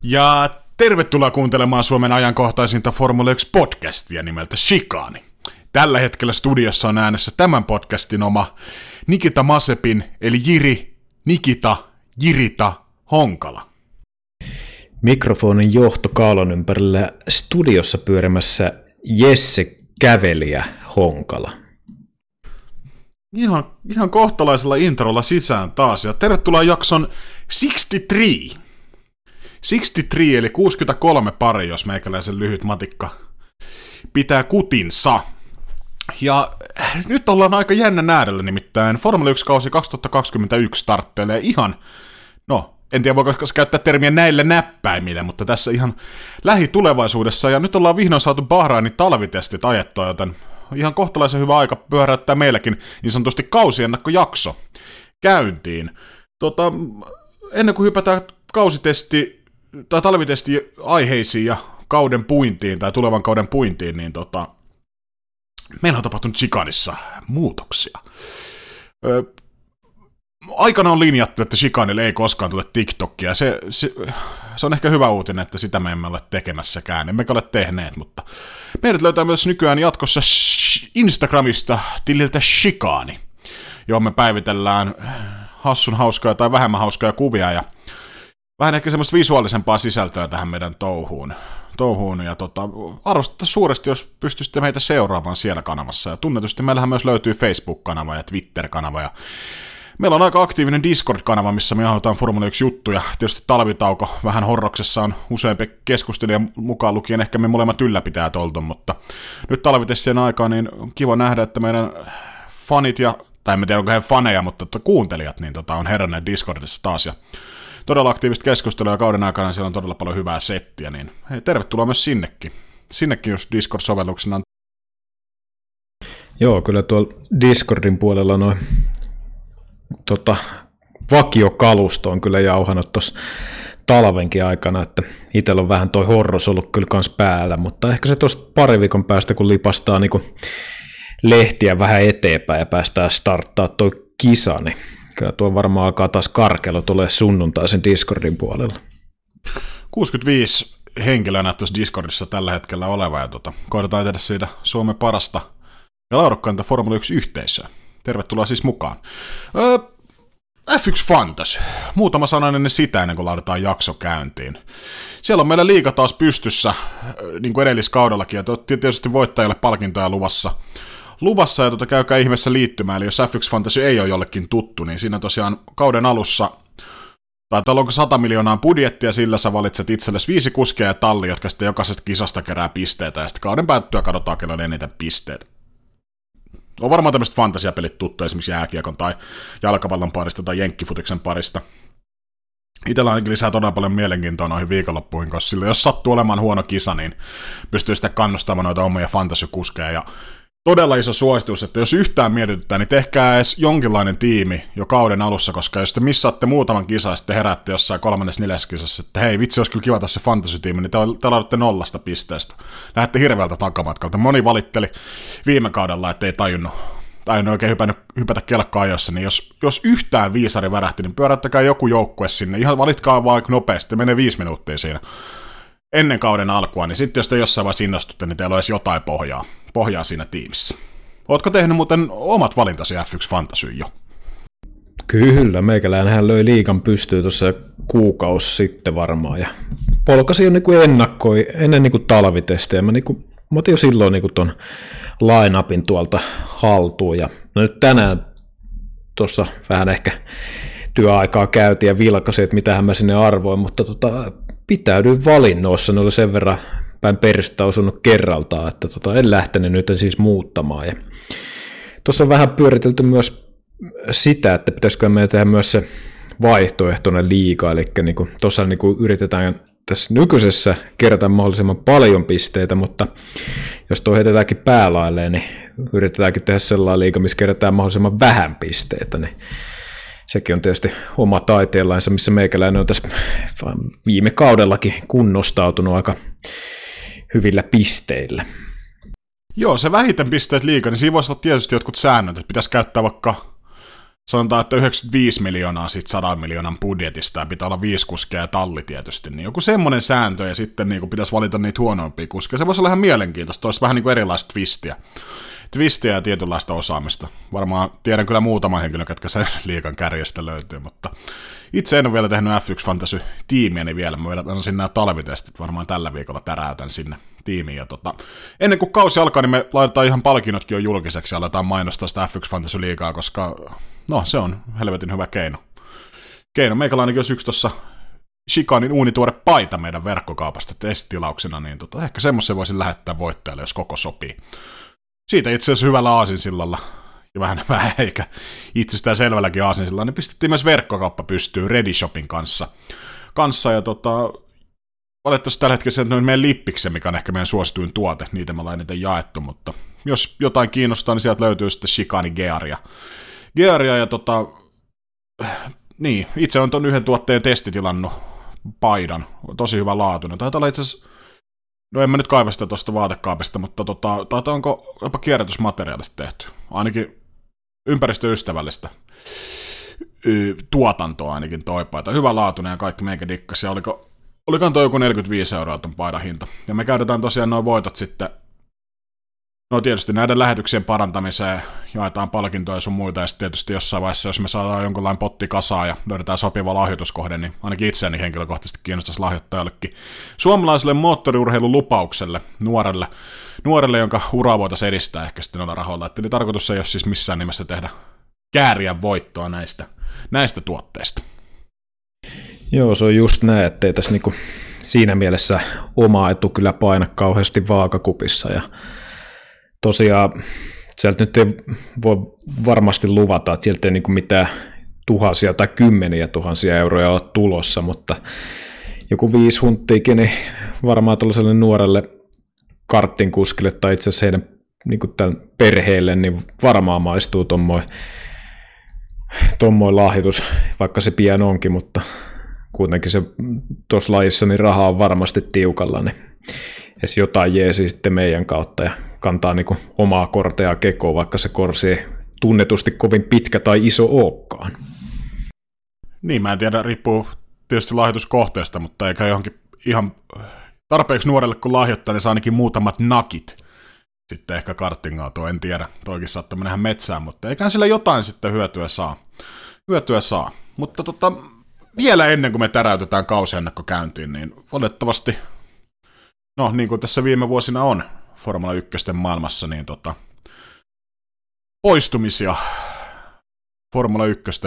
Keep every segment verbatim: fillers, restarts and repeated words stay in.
Ja tervetuloa kuuntelemaan Suomen ajankohtaisinta Formula yksi-podcastia nimeltä Chicane. Tällä hetkellä studiossa on äänessä tämän podcastin oma Nikita Mazepin, eli Jiri, Nikita, Jirita, Honkala. Mikrofonin johtokaulon ympärillä studiossa pyörimässä Jesse Kävelijä Honkala. Ihan, ihan kohtalaisella introlla sisään taas, ja tervetuloa jakson kuusikymmentäkolme. kuusikymmentäkolme eli kuusikymmentäkolme pari, jos meikäläisen lyhyt matikka pitää kutinsa. Ja nyt ollaan aika jännän äärellä, nimittäin Formula yksi-kausi kaksituhattakaksikymmentäyksi starttailee ihan, no en tiedä voiko käyttää termiä näillä näppäimillä, mutta tässä ihan lähitulevaisuudessa, ja nyt ollaan vihdoin saatu Bahrainin talvitestit ajettua, joten ihan kohtalaisen hyvä aika pyöräyttää meilläkin niin sanotusti kausiennakkojakso käyntiin. Tota, ennen kuin hypätään kausitesti tai talvitesti aiheisiin ja kauden puintiin tai tulevan kauden puintiin, niin tota, meillä on tapahtunut Chicanessa muutoksia. Ö, aikana on linjattu, että Chicanelle ei koskaan tule TikTokia. Se, se, se on ehkä hyvä uutinen, että sitä me emme ole tekemässäkään. Emmekä ole tehneet, mutta meidät löytää myös nykyään jatkossa Instagramista tililtä Chicane, johon me päivitellään hassun hauskaa tai vähemmän hauskaa kuvia ja vähän ehkä semmoista visuaalisempaa sisältöä tähän meidän touhuun. touhuun ja tota, arvostettaisiin suuresti, jos pystyisitte meitä seuraamaan siellä kanavassa. Ja tunnetusti meillähän myös löytyy Facebook-kanava ja Twitter-kanava. Ja meillä on aika aktiivinen Discord-kanava, missä me jauhotaan Formula yksi-juttuja. Tietysti talvitauko vähän horroksessa on useampi keskustelija mukaan lukien, ehkä me molemmat ylläpitäjät oltu, mutta nyt talvitestien aikaa niin on kiva nähdä, että meidän fanit ja, tai en tiedä onko he faneja, mutta että kuuntelijat niin tota, on heränneet Discordissa taas ja todella aktiivista keskustelua ja kauden aikana siellä on todella paljon hyvää settiä, niin hei, tervetuloa myös sinnekin. Sinnekin, jos Discord-sovelluksena on. Joo, kyllä tuolla Discordin puolella noin tota, vakiokalusto on kyllä jauhanut tuossa talvenkin aikana, että itsellä on vähän toi horros ollut kyllä kans päällä, mutta ehkä se tuosta pari viikon päästä, kun lipastaa niinku lehtiä vähän eteenpäin ja päästään starttaa toi kisa, niin kyllä tuo varmaan alkaa taas karkelo tulee sunnuntaisen Discordin puolella. kuusikymmentäviisi henkilöä näyttäisi Discordissa tällä hetkellä oleva, ja tuota, koetetaan tehdä siitä Suomen parasta ja laadukkainta Formula yksi-yhteisöä. Tervetuloa siis mukaan. Öö, F yksi Fantasy. Muutama sana ennen sitä, ennen kuin laitetaan jakso käyntiin. Siellä on meillä liiga taas pystyssä, niin kuin edelliskaudellakin, ja tietysti voittajalle palkintoja luvassa. Luvassa, ja tuota, käykää ihmeessä liittymään, eli jos F yksi Fantasy ei ole jollekin tuttu, niin siinä tosiaan kauden alussa, tai täällä onko sata miljoonaa budjettia, sillä sä valitset itsellesi viisi kuskia ja talli, jotka sitten jokaisesta kisasta kerää pisteitä, ja sitten kauden päättyä katsotaan, kenellä on eniten pisteitä. On varmaan tämmöiset fantasiapelit tuttu, esimerkiksi jääkiekon tai jalkapallon parista tai jenkkifutiksen parista. Itellä ainakin lisää todella paljon mielenkiintoa noihin viikonloppuihin, koska sillä jos sattuu olemaan huono kisa, niin pystyy sitten kannustamaan noita omia fantasiakuskeja, ja todella iso suositus, että jos yhtään mietitytään, niin tehkää edes jonkinlainen tiimi jo kauden alussa, koska jos te missaatte muutaman kisan ja sitten heräätte jossain kolmannes neljäs kisassa, että hei vitsi, olisi kyllä kiva tässä fantasy-tiimi, niin te, te laudatte nollasta pisteestä. Lähdette hirveältä takamatkalta. Moni valitteli viime kaudella, että ei tajunnut, tajunnut oikein hypänyt, hypätä kelkkaa ajoissa, niin jos, jos yhtään viisari värähti, niin pyöräyttäkää joku joukkue sinne. Ihan valitkaa vaan nopeasti, menee viisi minuuttia siinä ennen kauden alkua, niin sitten jos te jossain vaiheessa innostutte, niin teillä on edes jotain pohjaa, pohjaa siinä tiimissä. Ootko tehnyt muuten omat valintasi F yksi Fantasy jo? Kyllä, meikäläinhän löi liigan pystyyn tuossa kuukausi sitten varmaan, ja polkasi jo niinku ennakkoi, ennen niinku talvitestejä. Mä, niinku, mä otin jo silloin niinku ton line-upin tuolta haltuun, ja no nyt tänään tuossa vähän ehkä työaikaa käytiin ja vilkasin, että mitähän mä sinne arvoin, mutta tota, pitäydyin valinnoissa, ne oli sen verran päin peristä osunut kerraltaan, että tota, en lähtenyt nyt siis muuttamaan. Ja tuossa on vähän pyöritelty myös sitä, että pitäisikö meidän tehdä myös se vaihtoehtoinen liiga, eli niin kuin, tuossa niin kuin yritetään tässä nykyisessä kerätä mahdollisimman paljon pisteitä, mutta jos tuo heitetäänkin päälailleen, niin yritetäänkin tehdä sellainen liiga, missä kerätään mahdollisimman vähän pisteitä, niin sekin on tietysti oma taiteenlainsa, missä meikäläinen on tässä viime kaudellakin kunnostautunut aika hyvillä pisteillä. Joo, se vähiten pisteet liiga, niin siinä voisi olla tietysti jotkut säännöt, että pitäisi käyttää vaikka sanotaan, että yhdeksänkymmentäviisi miljoonaa siitä sadan miljoonan budjetista, ja pitää olla viisi kuskia ja talli tietysti, niin joku semmoinen sääntö, ja sitten niin kuin pitäisi valita niitä huonompia kuskeja. Se voisi olla ihan mielenkiintoista, olisi vähän niin kuin erilaista twistiä. Twistiä ja tietynlaista osaamista. Varmaan tiedän kyllä muutama henkilö, ketkä sen liigan kärjestä löytyy, mutta itse en ole vielä tehnyt F yksi Fantasy-tiimiäni vielä. Mä vielä annan sinne nämä talvitestit, varmaan tällä viikolla täräytän sinne tiimiin. Ja tota, ennen kuin kausi alkaa, niin me laitetaan ihan palkinnotkin jo julkiseksi ja aletaan mainostaa sitä F yksi Fantasy-liigaa, koska no, se on helvetin hyvä keino. Keino. Meikäläinenkin olisi yksi tuossa Chicanin uunituore paita meidän verkkokaupasta testitilauksena, niin tota, ehkä semmoisen voisin lähettää voittajalle, jos koko sopii. Siitä itse asiassa hyvällä aasinsillalla, ja vähän, vähän eikä itsestään selvälläkin aasinsillalla, niin pistettiin myös verkkokauppa pystyyn Redishopin kanssa. kanssa ja tota, valitettavasti tällä hetkellä se on meidän lippiksen, mikä on ehkä meidän suosituin tuote, niitä me ollaan eniten jaettu, mutta jos jotain kiinnostaa, niin sieltä löytyy sitten Chicani Gearia. Gearia ja tota, niin, itse on ton yhden tuotteen testitilannut paidan, tosi hyvä laatuinen. Taitaa olla itse asiassa, no en mä nyt kaiva sitä tuosta vaatekaapista, mutta tota, taitaa onko jopa kierrätysmateriaalista tehty. Ainakin ympäristöystävällistä y- tuotantoa ainakin toi paita. Hyvä laatuinen ja kaikki meikä dikkasi. Ja oliko, olikohan toi joku neljäkymmentäviisi euroa ton paidan hinta. Ja me käytetään tosiaan nuo voitot sitten, no tietysti näiden lähetyksien parantamiseen, jaetaan palkintoja ja sun muita, ja sitten tietysti jossain vaiheessa, jos me saadaan jonkunlainen potti kasaa ja löydetään sopiva lahjoituskohde, niin ainakin itseäni henkilökohtaisesti kiinnostaisi lahjoittaa jollekin suomalaiselle moottoriurheilulupaukselle, nuorelle, nuorelle, jonka uraa voitaisiin edistää ehkä sitten noilla rahoilla. Eli tarkoitus ei ole siis missään nimessä tehdä kääriä voittoa näistä, näistä tuotteista. Joo, se on just näin, ettei tässä niinku siinä mielessä oma etu kyllä paina kauheasti vaakakupissa, ja tosiaan sieltä nyt ei voi varmasti luvata, että sieltä ei niin kuin mitään tuhansia tai kymmeniä tuhansia euroja ole tulossa, mutta joku viisi hunttiikin, niin varmaan tuollaiselle nuorelle karttinkuskille tai itse asiassa heidän niin kuin tämän perheelle, niin varmaan maistuu tommoinen tommoi lahjoitus, vaikka se pian onkin, mutta kuitenkin se tuossa lajissa niin raha on varmasti tiukalla, niin edes jotain jeesi sitten meidän kautta ja kantaa niin kuin omaa kortea kekoa, vaikka se korsi ei tunnetusti kovin pitkä tai iso olekaan. Niin, mä en tiedä, riippuu tietysti lahjoituskohteesta, mutta eikä johonkin ihan tarpeeksi nuorelle kun lahjoittaa, niin saa ainakin muutamat nakit sitten ehkä karttingaa tuo, en tiedä, toikin saattaa mennä metsään, mutta eiköhän sillä jotain sitten hyötyä saa. Hyötyä saa, mutta tota, vielä ennen kuin me täräytetään kausiennakkokäyntiin, niin valitettavasti, no niin kuin tässä viime vuosina on Formula yksi maailmassa, niin tota, poistumisia Formula yksi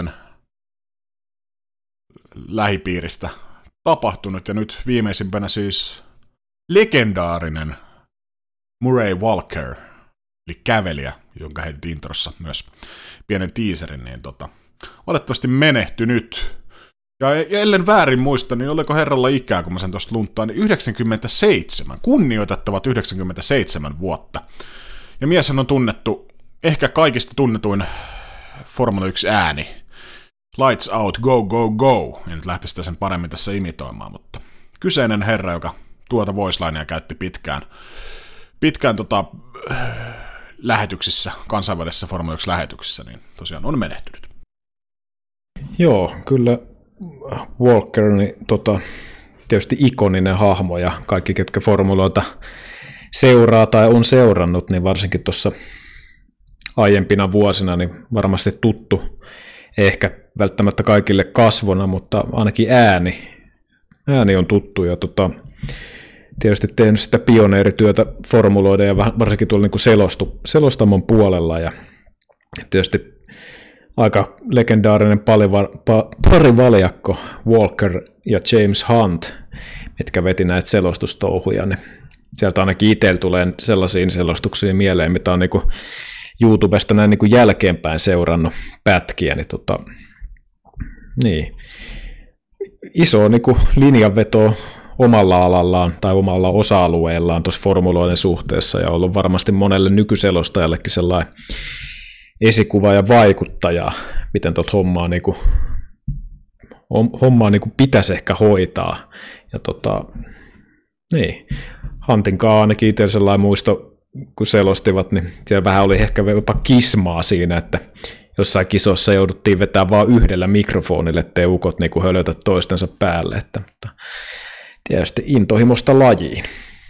lähipiiristä tapahtunut, ja nyt viimeisimpänä siis legendaarinen Murray Walker, eli kävelijä, jonka heitin introssa myös pienen teaserin, niin tota, valitettavasti menehtynyt. Ja ellen väärin muista, niin oliko herralla ikää, kun mä sen tuosta lunttaan, niin yhdeksänkymmentäseitsemän, kunnioitettavat yhdeksänkymmentäseitsemän vuotta. Ja mieshän on tunnettu, ehkä kaikista tunnetuin Formula yksi ääni. Lights out, go, go, go. En nyt lähti sitä sen paremmin tässä imitoimaan, mutta kyseinen herra, joka tuota voicelinea käytti pitkään, pitkään tota, lähetyksissä, kansainvälisissä Formula yksi lähetyksissä, niin tosiaan on menehtynyt. Joo, kyllä Walker, niin tota, tietysti ikoninen hahmo, ja kaikki, ketkä formuloita seuraa tai on seurannut, niin varsinkin tuossa aiempina vuosina, niin varmasti tuttu, ehkä välttämättä kaikille kasvona, mutta ainakin ääni, ääni on tuttu, ja tota, tietysti tehnyt sitä pioneerityötä formuloiden ja varsinkin tuolla niin kuin selostu, selostamon puolella, ja tietysti aika legendaarinen parivaljakko Walker ja James Hunt, mitkä veti näitä selostustouhuja, niin sieltä ainakin itsellä tulee sellaisia selostuksia mieleen, mitä on niin kuin YouTubesta näin niin kuin jälkeenpäin seurannut pätkiä, niin, tota, niin. iso niin kuin linjanveto omalla alallaan tai omalla osa-alueellaan tuossa formuloiden suhteessa, ja ollut varmasti monelle nykyselostajallekin sellainen esikuva ja vaikuttaja, miten tuota hommaa, niin kuin, hommaa niin kuin pitäisi ehkä hoitaa. Ja tota, niin, Huntinkaan ainakin itse sellainen muisto, kun selostivat, niin siellä vähän oli ehkä jopa kismaa siinä, että jossain kisossa jouduttiin vetämään vain yhdellä mikrofonille, ettei ukot niin kuin hölötä toistensa päälle, että, mutta tietysti intohimosta lajiin.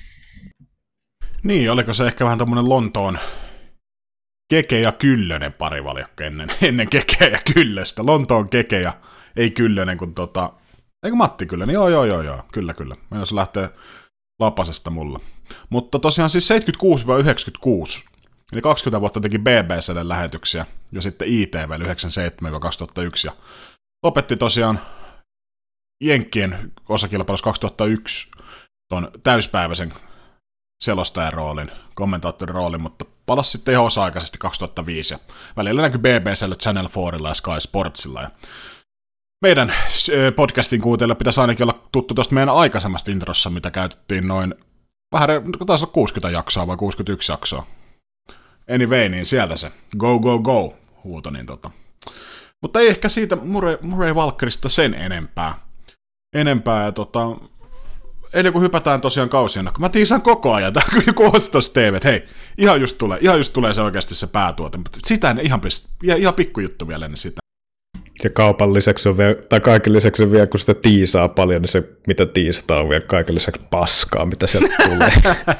Niin, oliko se ehkä vähän tommonen Lontoon Keke ja Kyllönen parivaljakko ennen, ennen Kekeä ja Kyllöstä. Lontoon Keke ja ei Kyllönen, kun tota... Eikö Matti Kyllönen? Joo, joo, joo, joo. Kyllä, kyllä. Mä se lähtee lapasesta mulla. Mutta tosiaan siis seitsemänkymmentäkuusi yhdeksänkymmentäkuusi, eli kaksikymmentä vuotta teki B B C:lle lähetyksiä, ja sitten I T V:lle yhdeksänkymmentäseitsemän kaksituhattayksi, ja lopetti tosiaan Jenkkien osakilpailussa kaksituhattayksi ton täyspäiväisen selostajan roolin, kommentaattorin roolin, mutta palasi sitten ihan osa-aikaisesti kaksituhattaviisi, ja välillä näkyi B B C:llä, Channel neljällä ja Sky Sportsilla, ja meidän podcastin kuuntelijoille pitäisi ainakin olla tuttu tuosta meidän aikaisemmasta introssa, mitä käytettiin noin, vähän taisi olla kuusikymmentä jaksoa vai kuusikymmentäyksi jaksoa. Anyway, niin sieltä se go, go, go huuto. Niin tota. Mutta ei ehkä siitä Murray, Murray Walkerista sen enempää. Enempää, ja tota, ennen kuin hypätään tosiaan kausien, kun mä tiisaan koko ajan, tää on joku ostos T V, että hei, ihan just tulee, ihan just tulee se oikeasti se päätuote, mutta sitä en ihan, ihan pikkujuttu vielä ennen sitä. Ja kaupan lisäksi on vielä, tai kaiken lisäksi on vielä, kun sitä tiisaa paljon, niin se mitä tiistaa on vielä kaiken lisäksi paskaa, mitä sieltä tulee.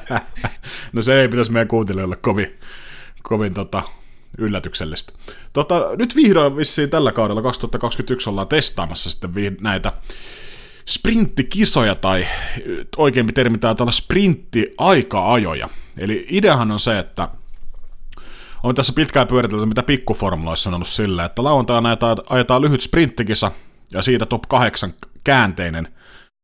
No se ei pitäisi meidän kuuntelijoille kovin, kovin tota, yllätyksellistä. Tota, nyt vihdoin vissiin tällä kaudella kaksituhattakaksikymmentäyksi ollaan testaamassa sitten näitä sprinttikisoja, tai oikeampi termi taitaa olla sprintti-aika-ajoja. Eli ideahan on se, että on tässä pitkään pyöritelty, mitä pikkuformuloissa on ollut silleen, että lauantaina ajetaan, ajetaan lyhyt sprinttikisa, ja siitä top kahdeksan käänteinen,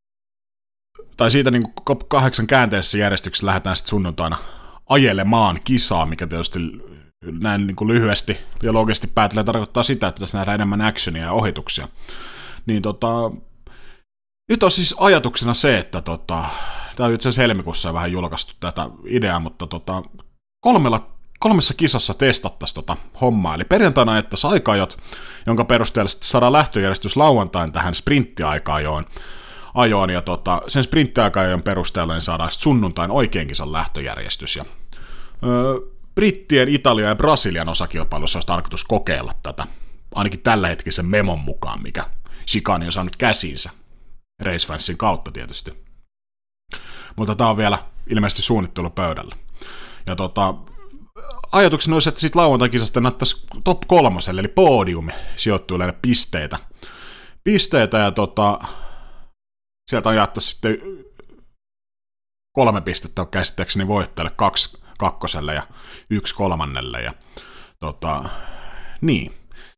tai siitä niin top kahdeksan käänteisessä järjestyksessä lähdetään sitten sunnuntaina ajelemaan kisaa, mikä tietysti näin niin kuin lyhyesti ja logisesti päätellen tarkoittaa sitä, että pitäisi nähdä enemmän actionia ja ohituksia. Niin tota, nyt on siis ajatuksena se, että tota, tämä on itse asiassa helmikuussa vähän julkaistu tätä ideaa, mutta tota, kolmella Kolmessa kisassa testattaisiin tota hommaa, eli perjantaina ajettaisiin aika-ajot, jonka perusteella sitten saadaan lähtöjärjestys lauantain tähän sprinttiaika-ajoon, ajoon, ja tota, sen sprinttiaika-ajon perusteella niin saadaan sitten sunnuntain oikein kisan lähtöjärjestys. Ja, öö, Brittien, Italian ja Brasilian osakilpailussa olisi tarkoitus kokeilla tätä, ainakin tällä hetkisen memon mukaan, mikä Chicane on saanut käsiinsä, Racefansin kautta tietysti. Mutta tämä on vielä ilmeisesti suunnittelupöydällä. Ja tota... Ajatuksena olisi, että sitten lauantai-kisasta näyttäisi top kolmoselle, eli podium sijoittuille pisteitä. Pisteitä, ja tota, sieltä on jaettaisiin sitten kolme pistettä on käsittääkseni voittajalle, kaksi kakkoselle ja yksi kolmannelle. Ja, tota, niin.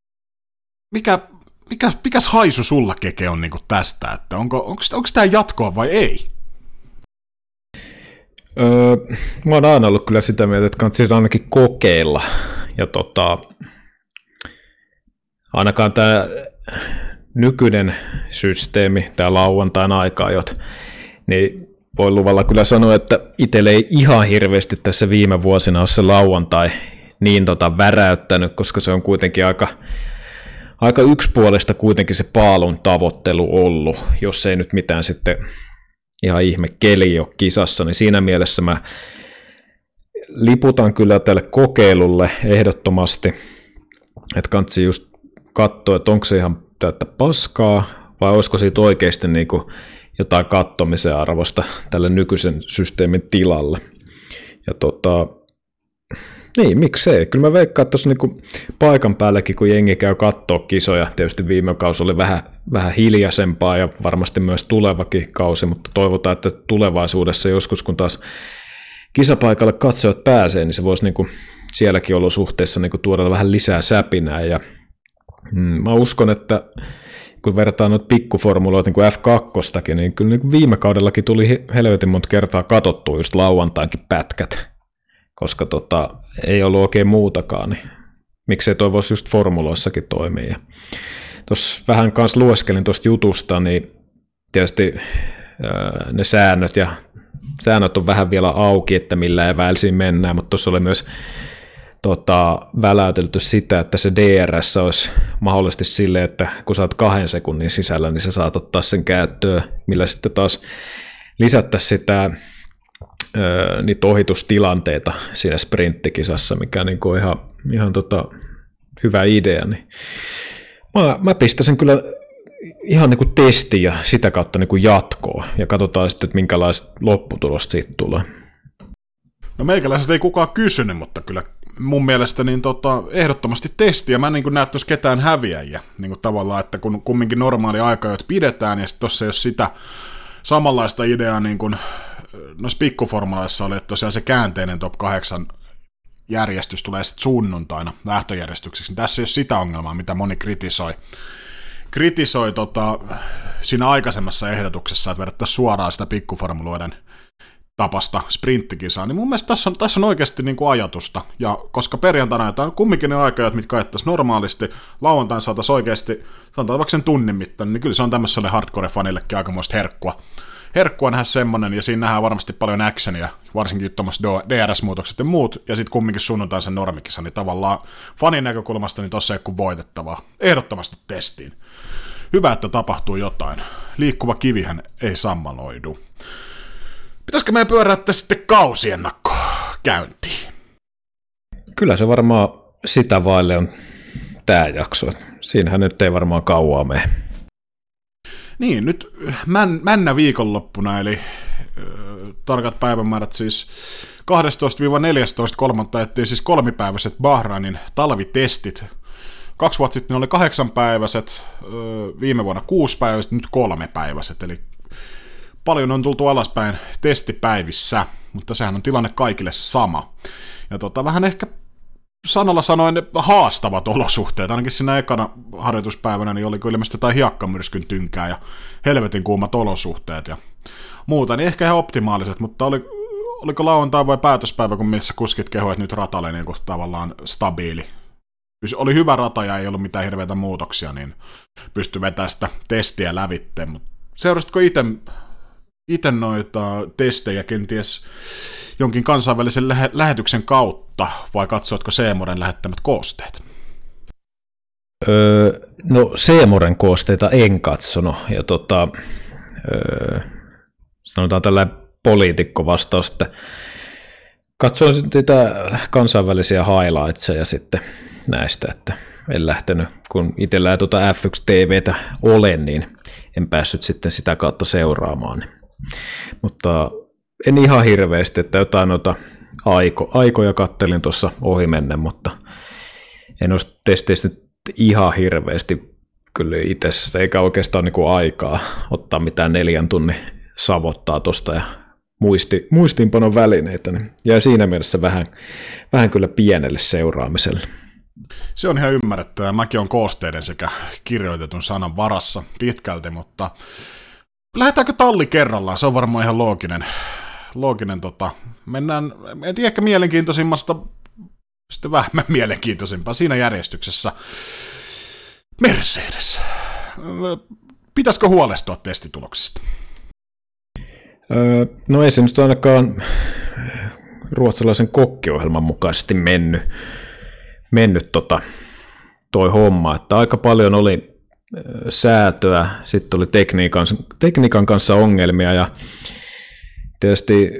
Mikä, mikä, mikäs haisu sulla, Keke, on niinku tästä? Että onko, onko, onko tämä jatkoa vai ei? Öö, mä oon aina ollut kyllä sitä mieltä, että kannattaa ainakin kokeilla. Ja tota, ainakaan tämä nykyinen systeemi, tämä lauantain aika-ajot, niin voi luvalla kyllä sanoa, että itselle ei ihan hirveästi tässä viime vuosina ole se lauantai niin tota väräyttänyt, koska se on kuitenkin aika, aika yksipuolista kuitenkin se paalun tavoittelu ollut, jos ei nyt mitään sitten ihan ihme keli ole kisassa, niin siinä mielessä mä liputan kyllä tälle kokeilulle ehdottomasti, että kannattaa just katsoa, että onko se ihan täyttä paskaa, vai olisiko siitä oikeasti niin kuin jotain kattomisen arvosta tälle nykyisen systeemin tilalle. Ja tota, niin, miksei. Kyllä mä veikkaan, että tuossa niinku paikan päälläkin, kun jengi käy kattoo kisoja, tietysti viime kausi oli vähän, vähän hiljaisempaa ja varmasti myös tulevakin kausi, mutta toivotaan, että tulevaisuudessa joskus, kun taas kisapaikalle katsojat pääsee, niin se voisi niinku sielläkin olosuhteissa niinku tuoda vähän lisää säpinää. Ja, mm, mä uskon, että kun verrataan noita pikkuformuloita niin kuin F kaksi, niin kyllä niin kuin viime kaudellakin tuli helvetin monta kertaa katsottua just lauantainkin pätkät, koska tota, ei ollut oikein muutakaan, niin miksei toi voisi just formuloissakin toimia. Tuossa vähän kanssa lueskelin tuosta jutusta, niin tietysti ää, ne säännöt ja säännöt on vähän vielä auki, että millä eväilsiin mennään, mutta tuossa oli myös tota, väläytelty sitä, että se D R S olisi mahdollisesti silleen, että kun saat kahden sekunnin sisällä, niin sä saat ottaa sen käyttöön, millä sitten taas lisättäisiin sitä ö, niitä ohitustilanteita siinä sprinttikisassa, mikä niin kuin ihan, ihan tota hyvä idea, niin mä, mä pistäisin kyllä ihan niin kuin testiin ja sitä kautta niin kuin jatkoa, ja katsotaan sitten, että minkälaiset lopputulosta siitä tulee. No meikäläiset ei kukaan kysynyt, mutta kyllä mun mielestä niin tota, ehdottomasti testiä. Mä en niin näe tuossa ketään häviäjiä. Niin kuin tavallaan, että kun kumminkin normaali aika, joita pidetään, ja sitten tuossa ei ole sitä samanlaista ideaa, niin kuin noissa pikkuformulaissa oli, että tosiaan se käänteinen top kahdeksan järjestys tulee sitten sunnuntaina lähtöjärjestykseksi. Tässä ei ole sitä ongelmaa, mitä moni kritisoi. Kritisoi tota, siinä aikaisemmassa ehdotuksessa, että vedettäisiin suoraan sitä pikkuformuloiden tapasta sprinttikisaa, niin mun mielestä tässä on, tässä on oikeasti niin kuin ajatusta, ja koska perjantaina jotain kumminkin ne aikajat, mitkä ajettaisiin normaalisti, lauantain saataisiin oikeasti, sanotaan vaikka sen tunnin mittaan, niin kyllä se on tämmöiselle hardcore-fanillekin aikamoista herkkua. Herkkua nähdä semmonen, ja siinä nähdään varmasti paljon actionia, varsinkin tuommoiset D R S-muutokset ja muut, ja sitten kumminkin sunnuntain sen normikisa, niin tavallaan fanin näkökulmasta niin tossa ei ole kuin voitettavaa. Ehdottomasti testiin. Hyvä, että tapahtuu jotain. Liikkuva kivihän ei sammaloidu. Pitäisikö meidän pyöräyttää sitten kausiennakko käyntiin? Kyllä se varmaan sitä vaille on tämä jakso. Siinähän nyt ei varmaan kauaa mene. Niin, nyt män, männä viikonloppuna, eli ö, tarkat päivämäärät siis kahdestoista neljästoista kolmatta ettiin siis kolmipäiväiset Bahrainin talvitestit. Kaksi vuotta sitten ne oli kahdeksanpäiväiset, ö, viime vuonna kuusipäiväiset, nyt kolmepäiväiset, eli paljon on tultu alaspäin testipäivissä, mutta sehän on tilanne kaikille sama. Ja tota, vähän ehkä sanalla sanoen haastavat olosuhteet, ainakin siinä ekana harjoituspäivänä niin oli ilmeisesti jotain hiekkamyrskyn tynkää ja helvetin kuumat olosuhteet ja muuta, niin ehkä ihan optimaaliset, mutta oli, oliko lauantai vai päätöspäivä, kun missä kuskit kehoivat, että nyt rata oli niin kuin tavallaan stabiili. Oli hyvä rata ja ei ollut mitään hirveitä muutoksia, niin pystyi vetämään sitä testiä lävitteen, mutta seurasitko itse itse noita testejä kenties jonkin kansainvälisen lähe- lähetyksen kautta, vai katsotko Seemoren lähettämät koosteet? Öö, no Seemoren koosteita en katsonut, ja tota, öö, sanotaan tällainen poliitikkovastaus, että katsoin sitä kansainvälisiä highlightseja sitten näistä, että en lähtenyt, kun itsellä ei tuota F yksi T V:tä ole, niin en päässyt sitten sitä kautta seuraamaan. Mutta en ihan hirveästi, että jotain noita aiko, aikoja kattelin tuossa ohi mennä, mutta en ole testeistä nyt ihan hirveästi kyllä itse, eikä oikeastaan niin kuin aikaa ottaa mitään neljän tunnin savottaa tuosta ja muisti, muistiinpanon välineitä, niin jää siinä mielessä vähän, vähän kyllä pienelle seuraamiselle. Se on ihan ymmärrettävää. Mäkin on koosteiden sekä kirjoitetun sanan varassa pitkälti, mutta lähdetäänkö talli kerrallaan? Se on varmaan ihan looginen. looginen tota. Mennään, en tiedä, ehkä mielenkiintoisimmasta, sitten vähemmän mielenkiintoisimpaa siinä järjestyksessä. Mercedes. Pitäisikö huolestua testituloksista? Öö, no ei se nyt ainakaan ruotsalaisen kokkiohjelman mukaisesti mennyt, mennyt tota, toi homma, että aika paljon oli säätöä, sitten oli tekniikan, tekniikan kanssa ongelmia ja tietysti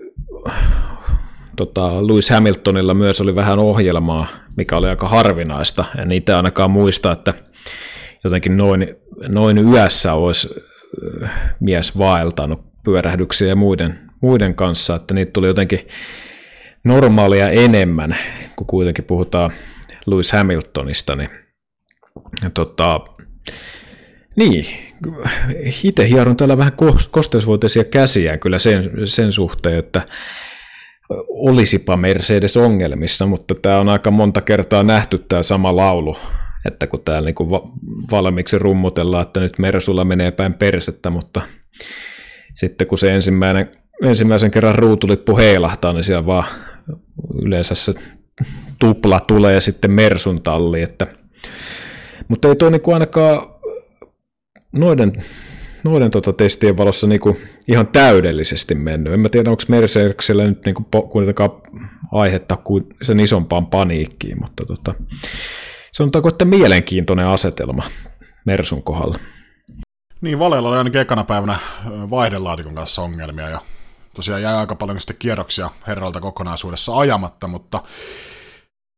tota, Lewis Hamiltonilla myös oli vähän ohjelmaa, mikä oli aika harvinaista. En itse ainakaan muista, että jotenkin noin, noin yössä olisi mies vaeltanut pyörähdyksiä ja muiden, muiden kanssa, että niitä tuli jotenkin normaalia enemmän, kun kuitenkin puhutaan Lewis Hamiltonista, niin ja tota, niin, itse hieron täällä vähän kosteusvoiteisia käsiä kyllä sen, sen suhteen, että olisipa Mercedes ongelmissa, mutta tämä on aika monta kertaa nähty tämä sama laulu, että kun täällä niinku valmiiksi rummutellaan, että nyt Mersulla menee päin persettä, mutta sitten kun se ensimmäinen, ensimmäisen kerran ruutulippu heilahtaa, niin siellä vaan yleensä se tupla tulee sitten Mersun talli, että mutta ei tuo niinku ainakaan noiden, noiden tota testien valossa niinku ihan täydellisesti mennyt. En mä tiedä, onko Mercedesellä nyt niinku kuitenkaan aihetta kuin sen isompaan paniikkiin, mutta tota, sanotaanko, että mielenkiintoinen asetelma Mersun kohdalla. Niin, Valella oli ainakin ekana päivänä vaihdelaatikon kanssa ongelmia ja tosiaan jäi aika paljon sitten kierroksia herralta kokonaisuudessa ajamatta, mutta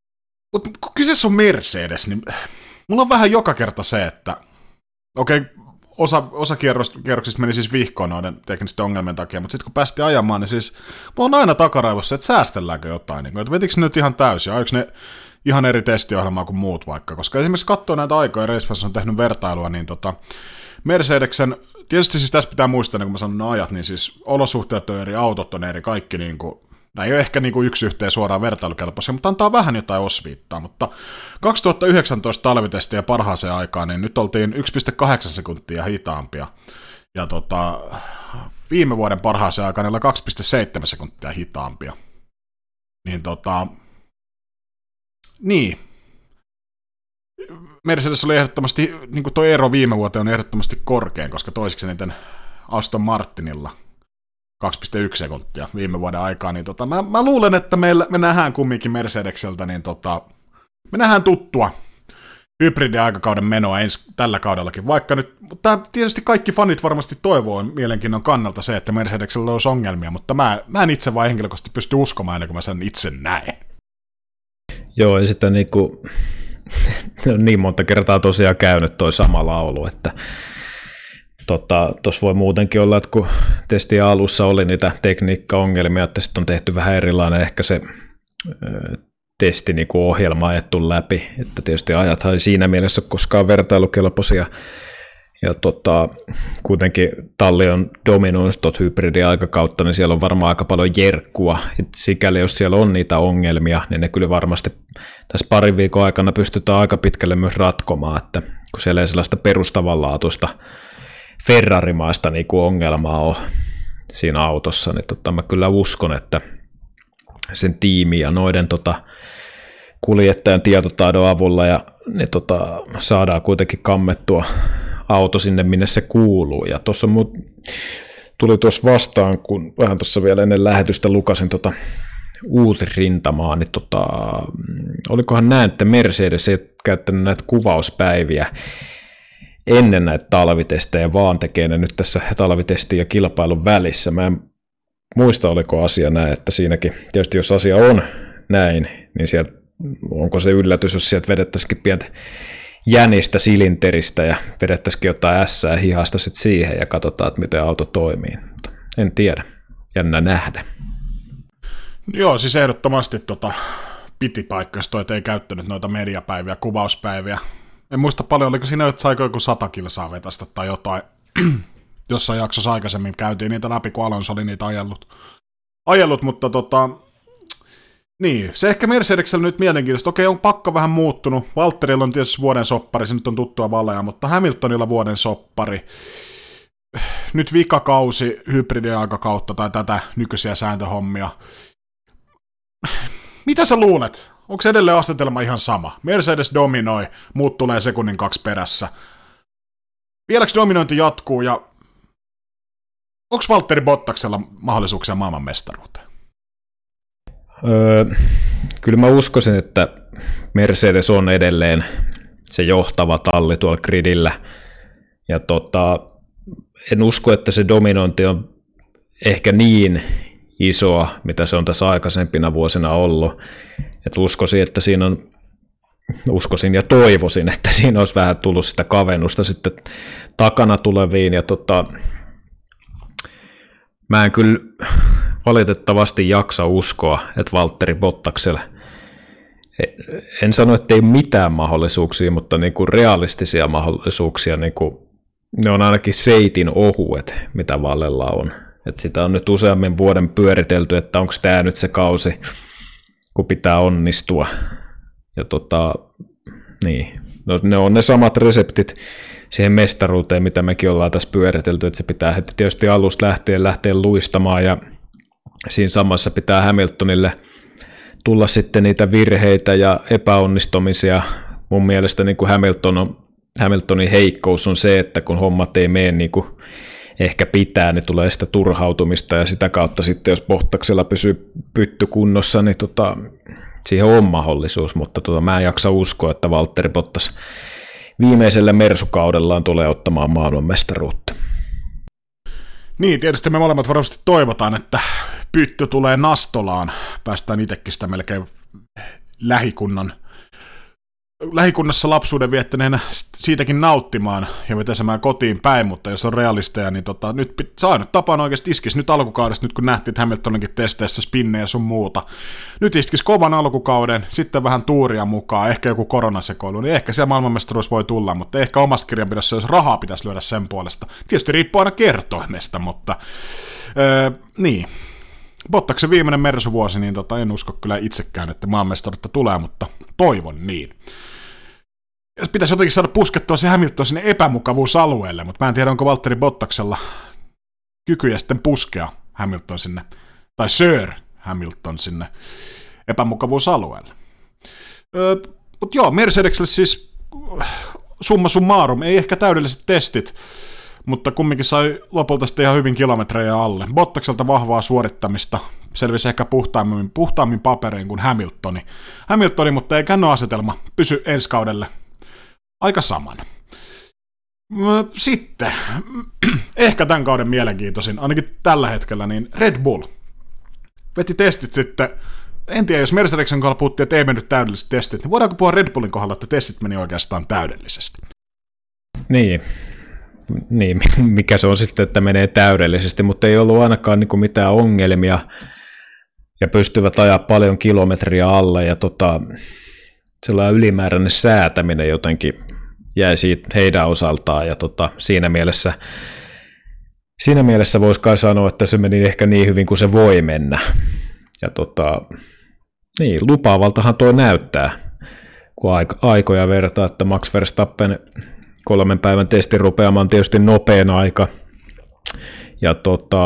Mutta kun kyseessä on Mercedes, niin mulla on vähän joka kerta se, että okei, okay, osa, osa kierroksista meni siis vihkoon noiden teknisten ongelmien takia, mutta sitten kun päästiin ajamaan, niin siis mulla on aina takaraivossa, että säästelläänkö jotain, niin, että vetikö ne nyt ihan täysin, ajoiko ne ihan eri testiohjelmaa kuin muut vaikka, koska esimerkiksi katsoo näitä aikoja, Racefans on tehnyt vertailua, niin tota, Mercedeksen, tietysti siis tässä pitää muistaa, niin kun mä sanon ne ajat, niin siis olosuhteet on eri, autot on eri, kaikki niin kuin, nämä ei ole ehkä niin kuin yksi yhteen suoraan vertailukelpoisia, mutta antaa vähän jotain osviittaa, mutta kaksituhattayhdeksäntoista talvitestiä parhaaseen aikaan, niin nyt oltiin yksi pilkku kahdeksan sekuntia hitaampia, ja tota, viime vuoden parhaaseen aikaan niillä kaksi pilkku seitsemän sekuntia hitaampia. Niin tota, niin, Mercedes oli ehdottomasti, niin kuin tuo ero viime vuoteen on ehdottomasti korkein, koska toiseksi niiden Aston Martinilla kaksi pilkku yksi sekuntia viime vuoden aikaa, niin tota, mä, mä luulen, että meillä, me nähdään kumminkin Mercedekseltä, niin tota, me nähdään tuttua hybridi-aikakauden menoa ensi tällä kaudellakin, vaikka nyt, mutta tietysti kaikki fanit varmasti toivoo mielenkiinnon kannalta se, että Mercedeksellä olisi ongelmia, mutta mä, mä en itse vaan henkilökohtaisesti pysty uskomaan ennen kuin mä sen itse näen. Joo, ja sitten niinku, niin monta kertaa tosiaan käynyt toi sama laulu, että tuossa tota, voi muutenkin olla, että kun testin alussa oli niitä tekniikkaongelmia, että sitten on tehty vähän erilainen ehkä se ö, testi niin kuin ohjelma ajettu läpi, että tietysti ajathan ei siinä mielessä koskaan vertailukelpoisia, ja tota, kuitenkin talli on dominoinut tuot hybridiaikakautta, niin siellä on varmaan aika paljon jerkkua, että sikäli jos siellä on niitä ongelmia, niin ne kyllä varmasti tässä parin viikon aikana pystytään aika pitkälle myös ratkomaan, että kun siellä ei sellaista perustavanlaatuista Ferrari-maista niin kuin ongelmaa on siinä autossa, niin tota, mä kyllä uskon, että sen tiimi ja noiden tota, kuljettajan tietotaidon avulla ja ne tota, saadaan kuitenkin kammettua auto sinne, minne se kuuluu. Ja tuossa mut tuli tuossa vastaan, kun vähän tuossa vielä ennen lähetystä lukasin tota uutisrintamaa, niin tota, olikohan näin, että Mercedes ei käyttänyt näitä kuvauspäiviä ennen näitä talvitestejä, vaan tekee ne nyt tässä talvitestin ja kilpailun välissä. Mä en muista, oliko asia näin, että siinäkin, tietysti jos asia on näin, niin sieltä, onko se yllätys, jos sieltä vedettäisikin pientä jänistä silinteristä ja vedettäisikin jotain ässää hihasta sitten siihen ja katsotaan, että miten auto toimii. En tiedä. Jännä nähdä. Joo, siis ehdottomasti tota, piti paikkansa toi, että ei käyttänyt noita mediapäiviä, kuvauspäiviä. En muista paljon, oliko siinä, että saiko joku sata kilsaa vetästä tai jotain. Jossain jaksossa aikaisemmin käytiin niitä läpi, kun Alonso oli niitä ajellut. ajellut mutta tota, niin, se ehkä Mercedeksellä nyt mielenkiintoista. Okei, on pakka vähän muuttunut. Valtterilla on tietysti vuoden soppari, se nyt on tuttua valeja, mutta Hamiltonilla vuoden soppari. Nyt vikakausi hybridiaikakautta tai tätä nykyisiä sääntöhommia. Mitä sä luulet? Onko edelleen asetelma ihan sama? Mercedes dominoi, muut tulee sekunnin kaksi perässä. Vieläks dominointi jatkuu ja onko Valtteri Bottaksella mahdollisuuksia maailmanmestaruuteen? Öö, kyllä mä uskoisin, että Mercedes on edelleen se johtava talli tuolla gridillä. Ja tota, en usko, että se dominointi on ehkä niin isoa, mitä se on tässä aikaisempina vuosina ollut. Et uskoisin, että siinä on, uskoisin ja toivoisin, että siinä olisi vähän tullut sitä kavennusta sitten takana tuleviin. Ja tota, mä en kyllä valitettavasti jaksa uskoa, että Valtteri Bottaksella, en sano, että ei mitään mahdollisuuksia, mutta niin kuin realistisia mahdollisuuksia, niin kuin, ne on ainakin seitin ohuet, mitä Vallella on. Et sitä on nyt useammin vuoden pyöritelty, että onko tämä nyt se kausi, kun pitää onnistua. Ja tota, niin. No, ne on ne samat reseptit siihen mestaruuteen, mitä mekin ollaan tässä pyöritelty, että se pitää heti tietysti alusta lähtien lähteä luistamaan, ja siinä samassa pitää Hamiltonille tulla sitten niitä virheitä ja epäonnistumisia. Mun mielestä niin kuin Hamilton on, Hamiltonin heikkous on se, että kun hommat ei mene niin kuin ehkä pitää, niin tulee sitä turhautumista, ja sitä kautta sitten, jos Bottaksella pysyy pytty kunnossa, niin tota, siihen on mahdollisuus, mutta tota, mä en jaksa uskoa, että Valtteri Bottas viimeisellä Mersu-kaudellaan tulee ottamaan maailmanmestaruutta. Niin, tietysti me molemmat varmasti toivotaan, että pytty tulee Nastolaan. Päästään itsekin sitä melkein lähikunnan lähikunnassa lapsuuden viettäneenä siitäkin nauttimaan ja vetäsemään kotiin päin, mutta jos on realisteja, niin tota, nyt pit, saa nyt tapaan oikeasti iskisi nyt alkukaudesta, nyt kun nähtiin Hamiltoninkin testeissä spinnejä sun muuta. Nyt iskisi kovan alkukauden, sitten vähän tuuria mukaan, ehkä joku koronasekoilu, niin ehkä siellä maailmanmestaruus voi tulla, mutta ehkä omassa kirjanpidossa, jos rahaa pitäisi lyödä sen puolesta. Tietysti riippuu aina kertoimesta, mutta öö, niin. Bottaksen viimeinen Mersu-vuosi, niin tota, en usko kyllä itsekään, että maanmestaruutta tulee, mutta toivon niin. Jos pitäisi jotenkin saada puskettua se Hamilton sinne epämukavuusalueelle, mutta mä en tiedä, onko Valtteri Bottaksella kykyjä sitten puskea Hamilton sinne, tai Sir Hamilton sinne epämukavuusalueelle. Öö, mutta joo, Mercedekselle siis summa summarum, ei ehkä täydelliset testit, mutta kumminkin sai lopulta sitten ihan hyvin kilometrejä alle. Bottakselta vahvaa suorittamista, selvisi ehkä puhtaammin, puhtaammin paperein kuin Hamiltoni. Hamiltoni, mutta ei asetelma pysy ensi kaudelle aika samana. Sitten, ehkä tämän kauden mielenkiintoisin, ainakin tällä hetkellä, niin Red Bull veti testit sitten. En tiedä, jos Mercedesen kohdalla puhuttiin, että ei mennyt täydelliset testit, niin voidaanko puhua Red Bullin kohdalla, että testit meni oikeastaan täydellisesti? Niin. Niin, mikä se on sitten, että menee täydellisesti, mutta ei ollut ainakaan niin kuin mitään ongelmia ja pystyvät ajaa paljon kilometriä alle ja tota, sellainen ylimääräinen säätäminen jotenkin jäi siitä heidän osaltaan ja tota, siinä mielessä siinä mielessä voisi kai sanoa, että se meni ehkä niin hyvin kuin se voi mennä ja tota, niin, lupaavaltahan tuo näyttää, kun aikoja vertaa, että Max Verstappen kolmen päivän testin rupeamaan tietysti nopein aika. Ja tota,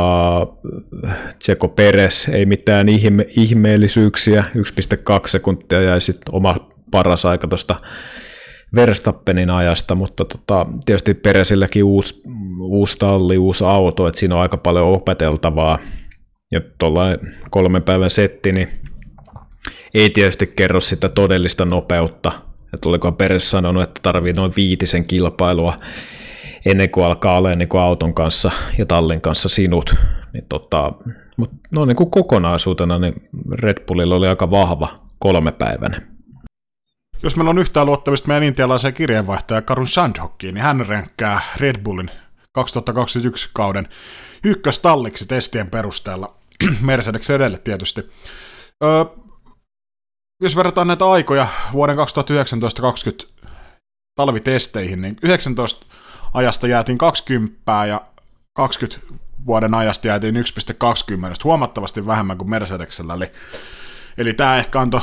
Checo Perez ei mitään ihme, ihmeellisyyksiä, yksi pilkku kaksi sekuntia jäi sitten oma paras aika tuosta Verstappenin ajasta, mutta tota, tietysti Perezilläkin uusi, uusi talli, uusi auto, että siinä on aika paljon opeteltavaa. Ja tuolla kolmen päivän setti, niin ei tietysti kerro sitä todellista nopeutta. Että oliko Perez sanonut, että tarvii noin viitisen kilpailua ennen kuin alkaa olemaan niin kuin auton kanssa ja tallin kanssa sinut. Niin tota, mutta no niin kuin kokonaisuutena niin Red Bullilla oli aika vahva kolmepäiväinen. Jos meillä on yhtään luottavista meidän intialaiseen kirjeenvaihtaja Karun Sandhockiin, niin hän ränkkää Red Bullin kaksituhattakaksikymmentäyksi kauden ykköstalliksi testien perusteella. Mercedes edelle tietysti. Öö, Jos verrataan näitä aikoja vuoden kaksituhattayhdeksäntoista kaksikymmentä talvitesteihin, niin yhdeksäntoista ajasta jäätiin kaksikymmentä ja kaksikymmentä vuoden ajasta jäätiin yksi pilkku kaksikymmentä, huomattavasti vähemmän kuin Mercedesellä. Eli, eli tämä ehkä antoi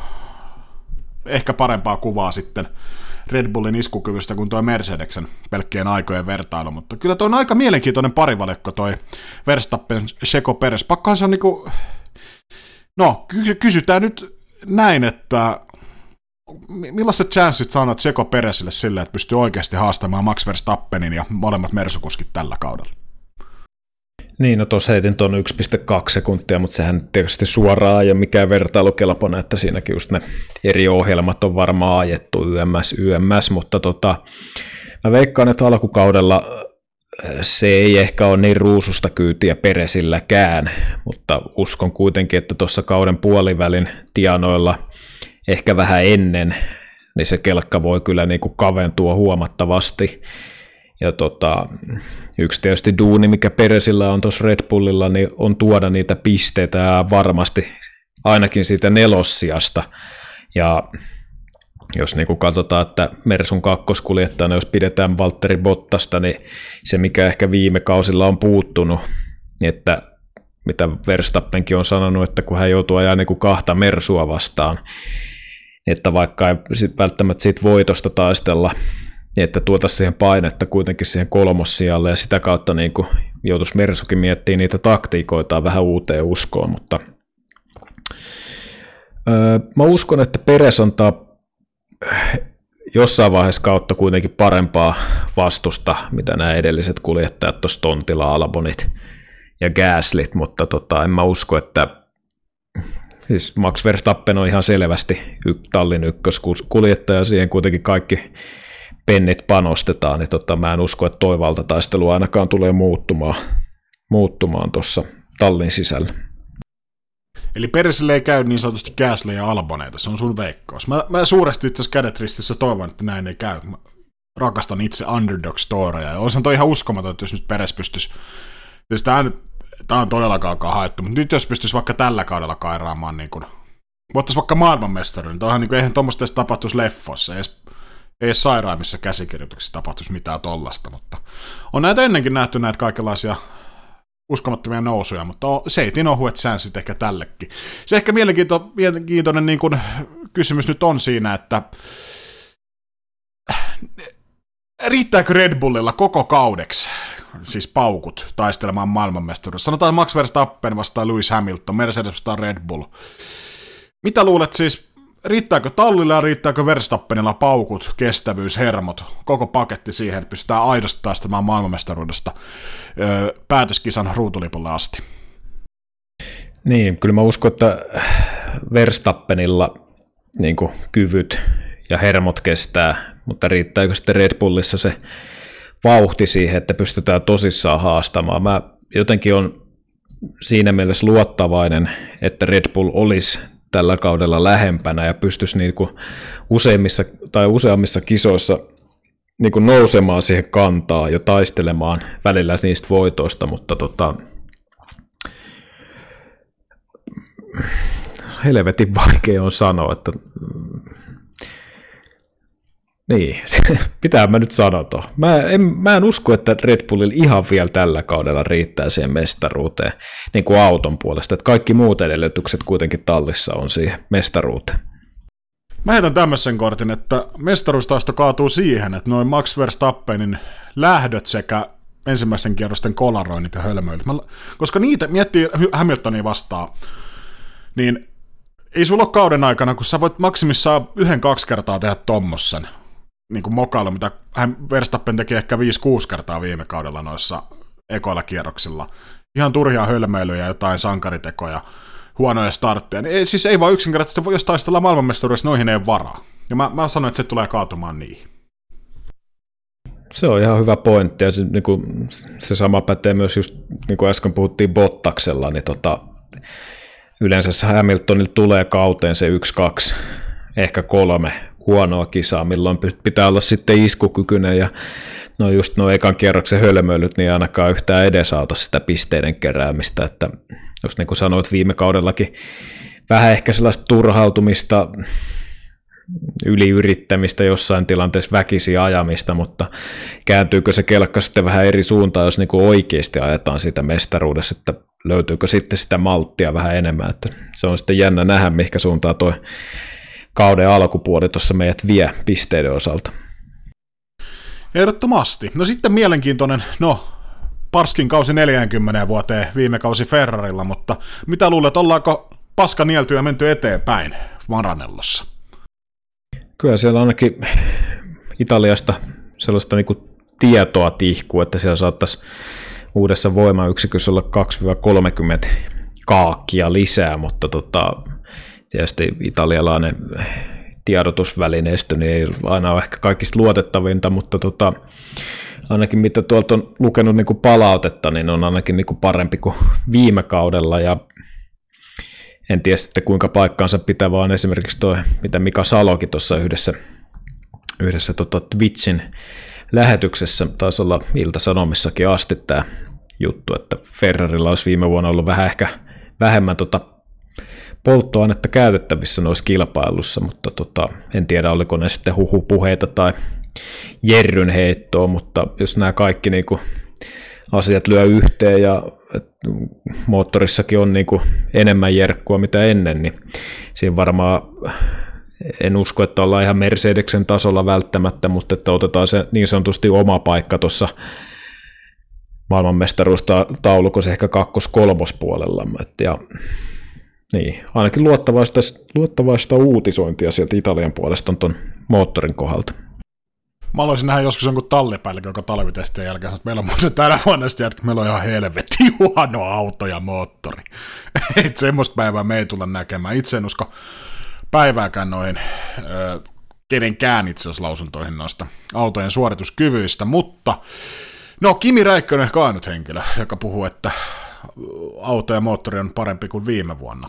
ehkä parempaa kuvaa sitten Red Bullin iskukyvystä kuin tuo Mercedesen pelkkien aikojen vertailu, mutta kyllä tuo on aika mielenkiintoinen parivalekko toi Verstappen, Checo Perez. Pakkohan se on niinku, no kysytään nyt näin, että millaiset chanssit saanut Checo Perezille sille, että pystyy oikeasti haastamaan Max Verstappenin ja molemmat Mersukuskit tällä kaudella? Niin, no tuossa heitin tuon yksi pilkku kaksi sekuntia, mutta sehän tietysti suoraan ja mikään vertailukelpoinen, että siinäkin just ne eri ohjelmat on varmaan ajettu yms, yms, mutta tota, mä veikkaan, että alkukaudella se ei ehkä ole niin ruususta kyytiä Peresilläkään, mutta uskon kuitenkin, että tuossa kauden puolivälin tienoilla ehkä vähän ennen, niin se kelkka voi kyllä niin kuin kaventua huomattavasti. Ja tota, yksi tietysti duuni, mikä Peresillä on tuossa Red Bullilla, niin on tuoda niitä pisteitä ja varmasti ainakin siitä nelossijasta. Ja jos niin kuin katsotaan, että Mersun kakkoskuljettajana, jos pidetään Valtteri Bottasta, niin se mikä ehkä viime kausilla on puuttunut, että mitä Verstappenkin on sanonut, että kun hän joutuu ajaa niin kuin kahta Mersua vastaan, että vaikka ei välttämättä siitä voitosta taistella, että tuotaisiin siihen painetta kuitenkin siihen kolmossijalle ja sitä kautta niin kuin joutuisi Mersukin miettimään niitä taktiikoita vähän uuteen uskoon, mutta öö, mä uskon, että Perez antaa jossain vaiheessa kautta kuitenkin parempaa vastusta, mitä nämä edelliset kuljettajat tuossa tontilla, Albonit ja Gaslyt, mutta tota, en mä usko, että siis Max Verstappen on ihan selvästi tallin ykköskuljettaja, siihen kuitenkin kaikki pennit panostetaan, niin tota, mä en usko, että toi valtataistelu ainakaan tulee muuttumaan, muuttumaan tuossa tallin sisällä. Eli Peresille ei käy niin sanotusti Gasly ja Alboneita, se on sun veikkaus. Mä, mä suuresti itse asiassa kädet ristissä toivon, että näin ei käy. Mä rakastan itse underdog-storeja, ja olisihan toi ihan uskomaton, että jos nyt Peres pystyisi, tämä on todellakaan haettu, mutta nyt jos pystyisi vaikka tällä kaudella kairaamaan, niin kuin, voittaisi vaikka maailmanmestaruuden, niin niin kuin, eihän tuommoista edes tapahtuisi leffoissa, ei edes, ei edes sairaimmissa käsikirjoituksissa tapahtuisi mitään tollasta, mutta on näitä ennenkin nähty näitä kaikenlaisia uskomattomia nousuja, mutta seitin ohuet säänsit ehkä tällekin. Se ehkä mielenkiinto, mielenkiintoinen niin kuin, kysymys nyt on siinä, että riittääkö Red Bullilla koko kaudeksi, siis paukut, taistelemaan maailmanmestaruudessa? Sanotaan Max Verstappen vastaan Lewis Hamilton, Mercedes vastaan Red Bull. Mitä luulet siis, riittääkö tallilla ja riittääkö Verstappenilla paukut, kestävyys, hermot, koko paketti siihen, että pystytään aidosti taistelemaan maailmanmestaruudesta öö, päätöskisan ruutulipulle asti? Niin, kyllä mä uskon, että Verstappenilla niin kuin kyvyt ja hermot kestää, mutta riittääkö sitten Red Bullissa se vauhti siihen, että pystytään tosissaan haastamaan? Mä jotenkin on siinä mielessä luottavainen, että Red Bull olisi tällä kaudella lähempänä ja pystyisi niin kuin useimmissa tai useammissa kisoissa niin kuin nousemaan siihen kantaan ja taistelemaan välillä niistä voitoista, mutta tota, helvetin vaikea on sanoa, että niin, pitää mä nyt sanoa tuo. Mä en, mä en usko, että Red Bullilla ihan vielä tällä kaudella riittää siihen mestaruuteen, niin kuin auton puolesta, että kaikki muut edellytykset kuitenkin tallissa on siihen mestaruuteen. Mä heitän tämmöisen kortin, että mestaruustaisto kaatuu siihen, että noin Max Verstappenin lähdöt sekä ensimmäisen kierrosten kolaroinnit ja hölmöilyt, koska niitä miettii Hamiltonia vastaan, niin ei sulla ole kauden aikana, kun sä voit maksimissaan yhden kaksi kertaa tehdä tommossen, niin kuin mokailu, mitä Verstappen teki ehkä viisi kuusi kertaa viime kaudella noissa ekoilla kierroksilla. Ihan turhia hölmöilyjä, jotain sankaritekoja, huonoja startteja. Ei, siis ei vaan yksinkertaisesti, jos taistellaan maailmanmestaruudessa, noihin ei ole varaa. Ja mä, mä sanoin, että se tulee kaatumaan niihin. Se on ihan hyvä pointti, ja se, niin kuin, se sama pätee myös just, niin kuin äsken puhuttiin Bottaksella, niin tota, yleensä Hamiltonilla tulee kauteen se yksi, kaksi, ehkä kolme huonoa kisaa, milloin pitää olla sitten iskukykyinen, ja no just nuo ekan kierroksen hölmöilyt, niin ainakaan yhtään edesauta sitä pisteiden keräämistä, että just niin kuin sanoit viime kaudellakin, vähän ehkä sellaista turhautumista, yliyrittämistä jossain tilanteessa, väkisin ajamista, mutta kääntyykö se kelkka sitten vähän eri suuntaan, jos niin kuin oikeasti ajetaan sitä mestaruudessa, että löytyykö sitten sitä malttia vähän enemmän, että se on sitten jännä nähdä, mihinkä suuntaan toi kauden alkupuoli tuossa meidät vie pisteiden osalta. Ehdottomasti. No sitten mielenkiintoinen, no Parskin kausi neljäänkymmeneen vuoteen, viime kausi Ferrarilla, mutta mitä luulet, ollaanko paska nielty ja menty eteenpäin Maranellossa? Kyllä siellä ainakin Italiasta sellaista niin kuin tietoa tihkuu, että siellä saattaisi uudessa voimayksikössä olla kaksi kolmekymmentä kaakkia lisää, mutta tota, tietysti italialainen tiedotusvälineistö niin ei aina ole ehkä kaikista luotettavinta, mutta tota, ainakin mitä tuolta on lukenut niin kuin palautetta, niin on ainakin niin kuin parempi kuin viime kaudella, ja en tiedä sitten kuinka paikkaansa pitää, vaan esimerkiksi tuo, mitä Mika Salokin tuossa yhdessä, yhdessä tota Twitchin lähetyksessä, taisi olla Ilta-Sanomissakin asti tämä juttu, että Ferrarilla olisi viime vuonna ollut vähän ehkä vähemmän tota polttoainetta käytettävissä noissa kilpailussa, mutta tota, en tiedä oliko ne sitten huhupuheita tai jerryn heittoa, mutta jos nämä kaikki niinku asiat lyö yhteen ja moottorissakin on niinku enemmän jerkkua mitä ennen, niin siinä varmaan en usko, että ollaan ihan Mercedeksen tasolla välttämättä, mutta että otetaan se niin sanotusti oma paikka tuossa maailmanmestaruustaulukossa ehkä kakkos-kolmospuolella. Ja niin, ainakin luottavaista, luottavaista uutisointia sieltä Italian puolesta on tuon moottorin kohdalta. Mä aloisin nähdä joskus jonkun tallipäällikön, joka talvitestien jälkeen sanoo, että meillä on muuten tänä vuonna sitten jätkä, meillä on ihan helvetti huono auto ja moottori. Et semmoista päivää me ei tulla näkemään. Itse en usko päivääkään noihin ö, kenenkään itse asiassa lausuntoihin noista autojen suorituskyvyistä, mutta no Kimi Räikkönen on ehkä ainut henkilö, joka puhuu, että auto ja moottori on parempi kuin viime vuonna.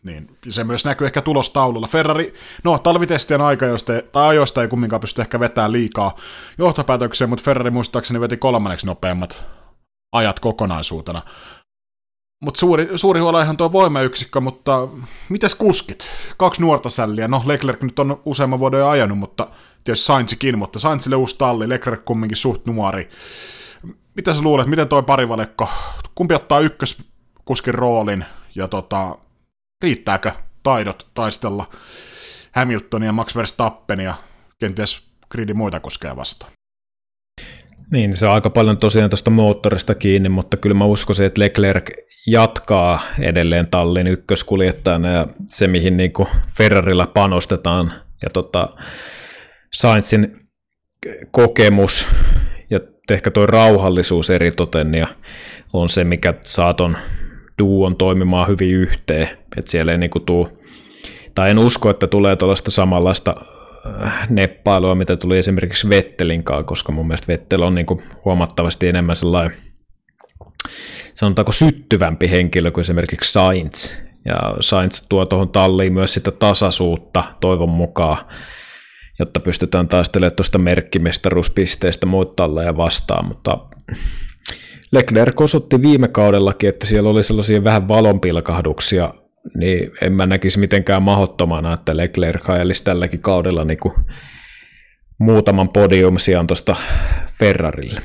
Niin se myös näkyy ehkä tulostaululla. Ferrari, no talvitestien aika, tai ajoista ei kumminkaan pysty ehkä vetämään liikaa johtopäätöksiä, mutta Ferrari muistaakseni veti kolmanneksi nopeammat ajat kokonaisuutena. Mutta suuri, suuri huoli on ihan tuo voimayksikkö, mutta mites kuskit? Kaksi nuorta sälliä. No Leclerc nyt on useamman vuoden jo ajanut, mutta tietysti Sainzikin, mutta Sainzille uusi talli, Leclerc kumminkin suht nuori. Mitä sä luulet, miten toi parivalekko, kumpi ottaa ykköskuskin roolin ja tota, riittääkö taidot taistella Hamiltonia, Max Verstappenia ja kenties gridin muita kuskeja vastaan? Niin, se on aika paljon tosiaan tuosta moottorista kiinni, mutta kyllä mä uskoisin, että Leclerc jatkaa edelleen tallin ykköskuljettajana ja se, mihin niin kuin Ferrarilla panostetaan ja tota, Sainzin kokemus ja ehkä tuo rauhallisuus eritoten ja on se, mikä saa ton duon toimimaan hyvin yhteen, että siellä ei niinku tuu, tai en usko, että tulee tuollaista samanlaista neppailua, mitä tuli esimerkiksi Vettelinkaan, koska mun mielestä Vettel on niinku huomattavasti enemmän sellainen, sanotaanko syttyvämpi henkilö kuin esimerkiksi Sainz, ja Sainz tuo tuohon talliin myös sitä tasaisuutta toivon mukaan, jotta pystytään taistelemaan tuosta merkkimestaruuspisteestä muita talleja vastaan, mutta Leclerc osoitti viime kaudellakin, että siellä oli sellaisia vähän valonpilkahduksia, niin en mä näkisi mitenkään mahdottomana, että Leclerc ajelisi tälläkin kaudella niin kuin muutaman podium sijaan tuosta Ferrarille.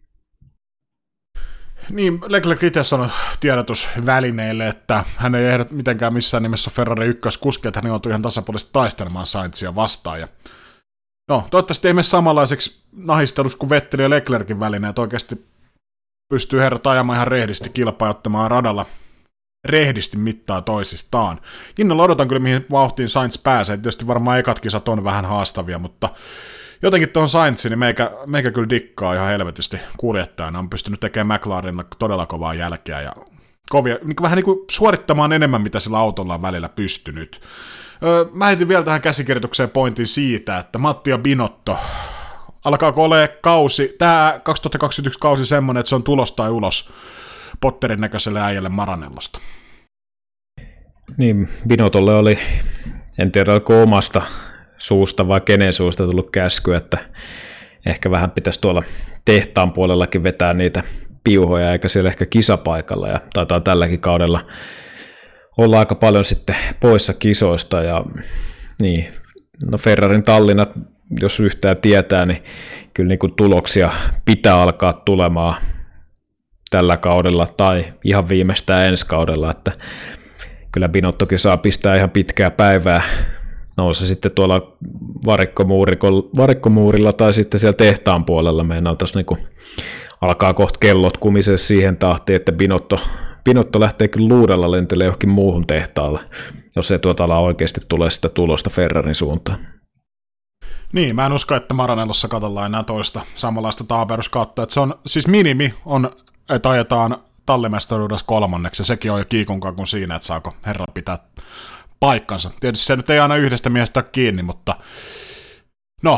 Niin, Leclerc itse sanoi tiedotusvälineille, että hän ei ehdot mitenkään missään nimessä Ferrari ykköskuski, että hän joutui ihan tasapuolisesti taistelemaan Sainzia vastaan. Ja no, toivottavasti ei mene samanlaiseksi nahistelussa kuin Vettelin ja Leclercin välinen, että oikeasti pystyy herrat ajamaan ihan rehdisti kilpailuttamaan radalla rehdisti mittaa toisistaan. Innolla odotan kyllä, mihin vauhtiin Sainz pääsee. Tietysti varmaan ekat kisat on vähän haastavia, mutta jotenkin tuohon Sainziin niin meikä, meikä kyllä dikkaa ihan helvetisti kuljettajana. On pystynyt tekemään McLarenilla todella kovaa jälkeä ja kovia, niin vähän niin kuin suorittamaan enemmän, mitä sillä autolla on välillä pystynyt. Öö, mä heitin vielä tähän käsikirjoitukseen pointin siitä, että Mattia Binotto, alkaako olemaan kausi, tämä kaksituhattakaksikymmentäyksi kausi semmoinen, että se on tulos tai ulos Potterin näköiselle äijälle Maranellosta. Niin, Binottolle oli, en tiedä oliko omasta suusta vai kenen suusta tullut käsky, että ehkä vähän pitäisi tuolla tehtaan puolellakin vetää niitä piuhoja, eikä siellä ehkä kisapaikalla, ja taitaa tälläkin kaudella olla aika paljon sitten poissa kisoista, ja niin, no Ferrarin tallinnat, jos yhtään tietää, niin kyllä niin kuin tuloksia pitää alkaa tulemaan tällä kaudella tai ihan viimeistään ensi kaudella, että kyllä Binottokin saa pistää ihan pitkää päivää, no se sitten tuolla varikkomuurilla tai sitten siellä tehtaan puolella meinaa tuossa niin kuin alkaa kohta kellot kumisee siihen tahtiin, että Binotto, Binotto lähtee kyllä luudella lentelee johonkin muuhun tehtaalle, jos ei tuota ala oikeasti tule sitä tulosta Ferrarin suuntaan. Niin, mä en usko, että Maranellossa katsellaan enää toista samanlaista taaperuskautta, että se on, siis minimi on, että ajetaan tallimestaruudessa kolmanneksi, ja sekin on jo kiikunkaan kuin siinä, että saako herra pitää paikkansa. Tietysti se nyt ei aina yhdestä miestä kiinni, mutta no,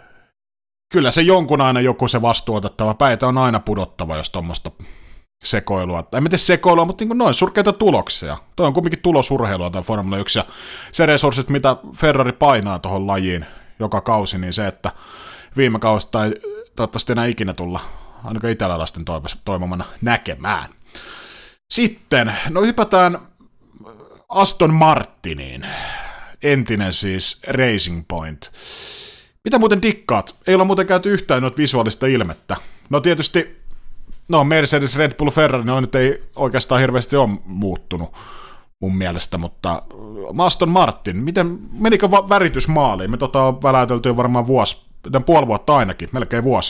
kyllä se jonkun aina joku se vastuuotettava päitä on aina pudottava, jos tuommoista sekoilua, en tiedä sekoilua, mutta niin noin surkeita tuloksia. Toi on kumminkin tulosurheilua tämä Formula yksi, ja se resurssit, mitä Ferrari painaa tuohon lajiin joka kausi, niin se, että viime kausta ei toivottavasti enää ikinä tulla ainakaan italialaisten toivomana näkemään. Sitten, no hypätään Aston Martiniin, entinen siis Racing Point. Mitä muuten dikkaat? Ei olla muuten käyty yhtään noita visuaalista ilmettä. No tietysti, no Mercedes, Red Bull, Ferrari, no nyt ei oikeastaan hirveästi ole muuttunut mun mielestä, mutta Aston Martin, miten, menikö väritys maaliin? Me tota on väläytelty jo varmaan vuosi, puoli vuotta ainakin, melkein vuosi.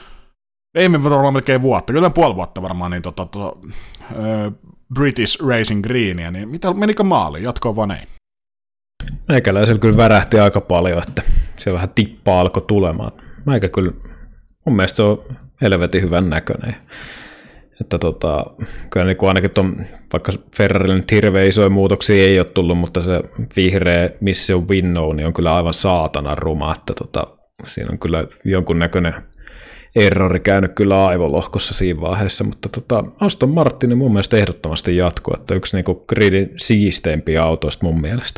Ei me varmaan melkein vuotta, kyllä puoli vuotta varmaan, niin tota, tota, uh, British Racing Greenia, niin mitä, menikö maaliin? Jatkoon vaan ei? Meikäläisellä kyllä värähti aika paljon, että se vähän tippaa alkoi tulemaan. Meikä kyllä, mun mielestä se on helvetin hyvän näköinen. Että tota, kyllä niin kuin ainakin ton, vaikka Ferrarille nyt hirveän isoja muutoksia ei ole tullut, mutta se vihreä Mission Winnow niin on kyllä aivan saatanan ruma, että tota, siinä on kyllä jonkunnäköinen errori käynyt kyllä aivolohkossa siinä vaiheessa, mutta tota, Aston Martin mun mielestä ehdottomasti jatkuu, että yksi niinku gridin siisteimpiä autoista mun mielestä.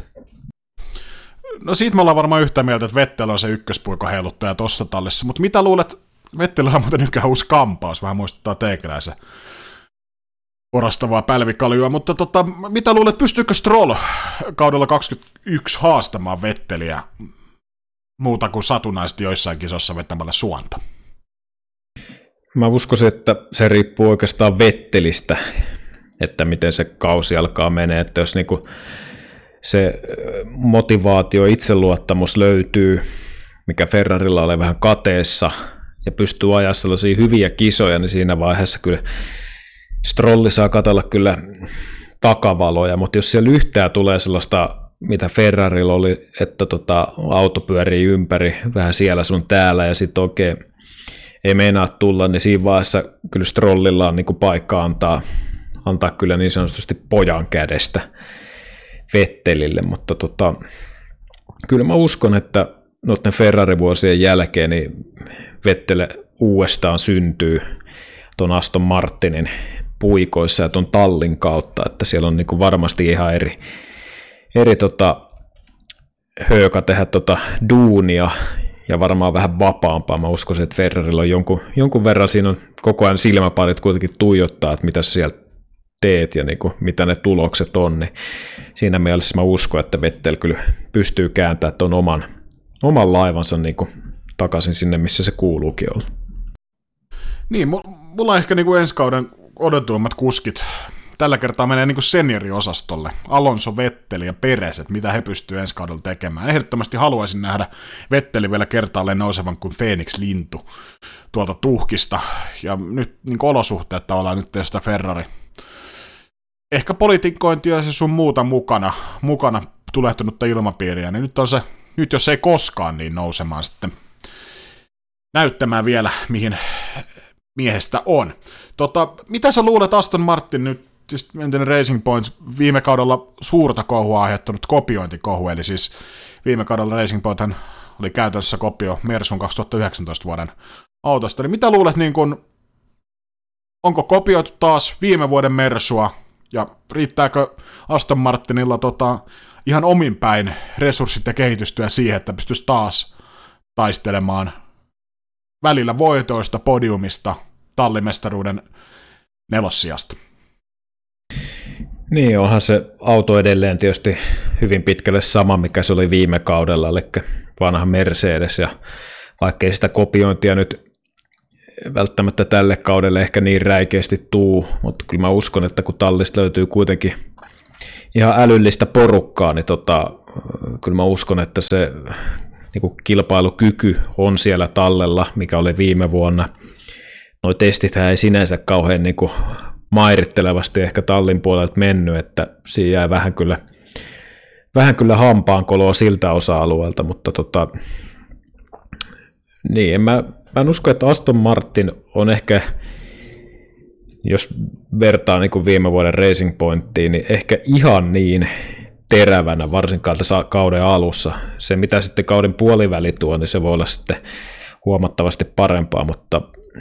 No siitä me ollaan varmaan yhtä mieltä, että Vettel on se ykköspuikon heiluttaja tuossa tallissa, mutta mitä luulet, Vettelillä on muuten nykyään uusi kampaus, vähän muistuttaa teikäläisen orastavaa pälvikaljua, mutta tota, mitä luulet, pystyykö Stroll kaudella kaksikymmentäyksi haastamaan Vetteliä muuta kuin satunnaisesti joissain kisossa vetämällä suonta? Mä uskoisin, että se riippuu oikeastaan Vettelistä, että miten se kausi alkaa menee, että jos niinku se motivaatio, itseluottamus löytyy, mikä Ferrarilla oli vähän kateessa, ja pystyy ajaa sellaisia hyviä kisoja, niin siinä vaiheessa kyllä Strolli saa katsella kyllä takavaloja, mutta jos siellä yhtään tulee sellaista, mitä Ferrarilla oli, että tota, auto pyörii ympäri vähän siellä sun täällä, ja sitten oikein ei meinaa tulla, niin siinä vaiheessa kyllä Strollilla on niin kuin paikka antaa, antaa kyllä niin sanotusti pojan kädestä Vettelille, mutta tota, kyllä mä uskon, että noiden Ferrari-vuosien jälkeen niin Vettele uudestaan syntyy tuon Aston Martinin puikoissa ja tuon tallin kautta, että siellä on niin kuin varmasti ihan eri, eri tota, hööka tehdä tota duunia ja varmaan vähän vapaampaa. Mä uskoisin, että Ferrarilla on jonkun, jonkun verran, siinä on koko ajan silmäparit kuitenkin tuijottaa, että mitä sä sieltä teet ja niin kuin, mitä ne tulokset on, niin siinä mielessä mä uskon, että Vettel kyllä pystyy kääntämään tuon oman, oman laivansa niin kuin takaisin sinne, missä se kuuluukin olla. Niin, mulla on ehkä niin kuin ensi kauden odotuimmat kuskit. Tällä kertaa menee niin kuin senioriosastolle. Alonso, Vetteli ja Perez, että mitä he pystyvät ensi kaudella tekemään. Ehdottomasti haluaisin nähdä Vetteli vielä kertaalleen nousevan kuin Phoenix-lintu tuolta tuhkista. Ja nyt niin kuin olosuhteet tavallaan nyt sitä Ferrari. Ehkä politikointia ja se sun muuta mukana, mukana tulehtunutta ilmapiiriä, niin nyt on se, nyt jos ei koskaan, niin nousemaan sitten näyttämään vielä, mihin miehestä on. Tota, mitä sä luulet Aston Martin nyt, siis entinen Racing Point, viime kaudella suurta kohua aiheuttanut kopiointikohu, eli siis viime kaudella Racing Pointhan oli käytössä kopio Mersun kaksituhattayhdeksäntoista vuoden autosta, eli mitä luulet, niin kun, onko kopioitu taas viime vuoden Mersua, ja riittääkö Aston Martinilla tota, ihan omin päin resurssit ja kehitystyä siihen, että pystyisi taas taistelemaan välillä voitoista, podiumista, tallimestaruuden nelossijasta? Niin, onhan se auto edelleen tietysti hyvin pitkälle sama, mikä se oli viime kaudella, eli vanha Mercedes, ja vaikkei sitä kopiointia nyt välttämättä tälle kaudelle ehkä niin räikeästi tuu, mutta kyllä mä uskon, että kun tallista löytyy kuitenkin ihan älyllistä porukkaa, niin tota, kyllä mä uskon, että se niin kuin kilpailukyky on siellä tallella, mikä oli viime vuonna. Noi testithän ei sinänsä kauhean niin kuin mairittelevasti ehkä tallin puolelta mennyt, että siinä jäi vähän kyllä, vähän kyllä hampaankoloa siltä osa-alueelta, mutta tota, niin, en mä, mä en usko, että Aston Martin on ehkä, jos vertaa niin kuin viime vuoden Racing Pointtiin, niin ehkä ihan niin terävänä, varsinkaan tässä kauden alussa. Se, mitä sitten kauden puoliväli tuo, niin se voi olla sitten huomattavasti parempaa, mutta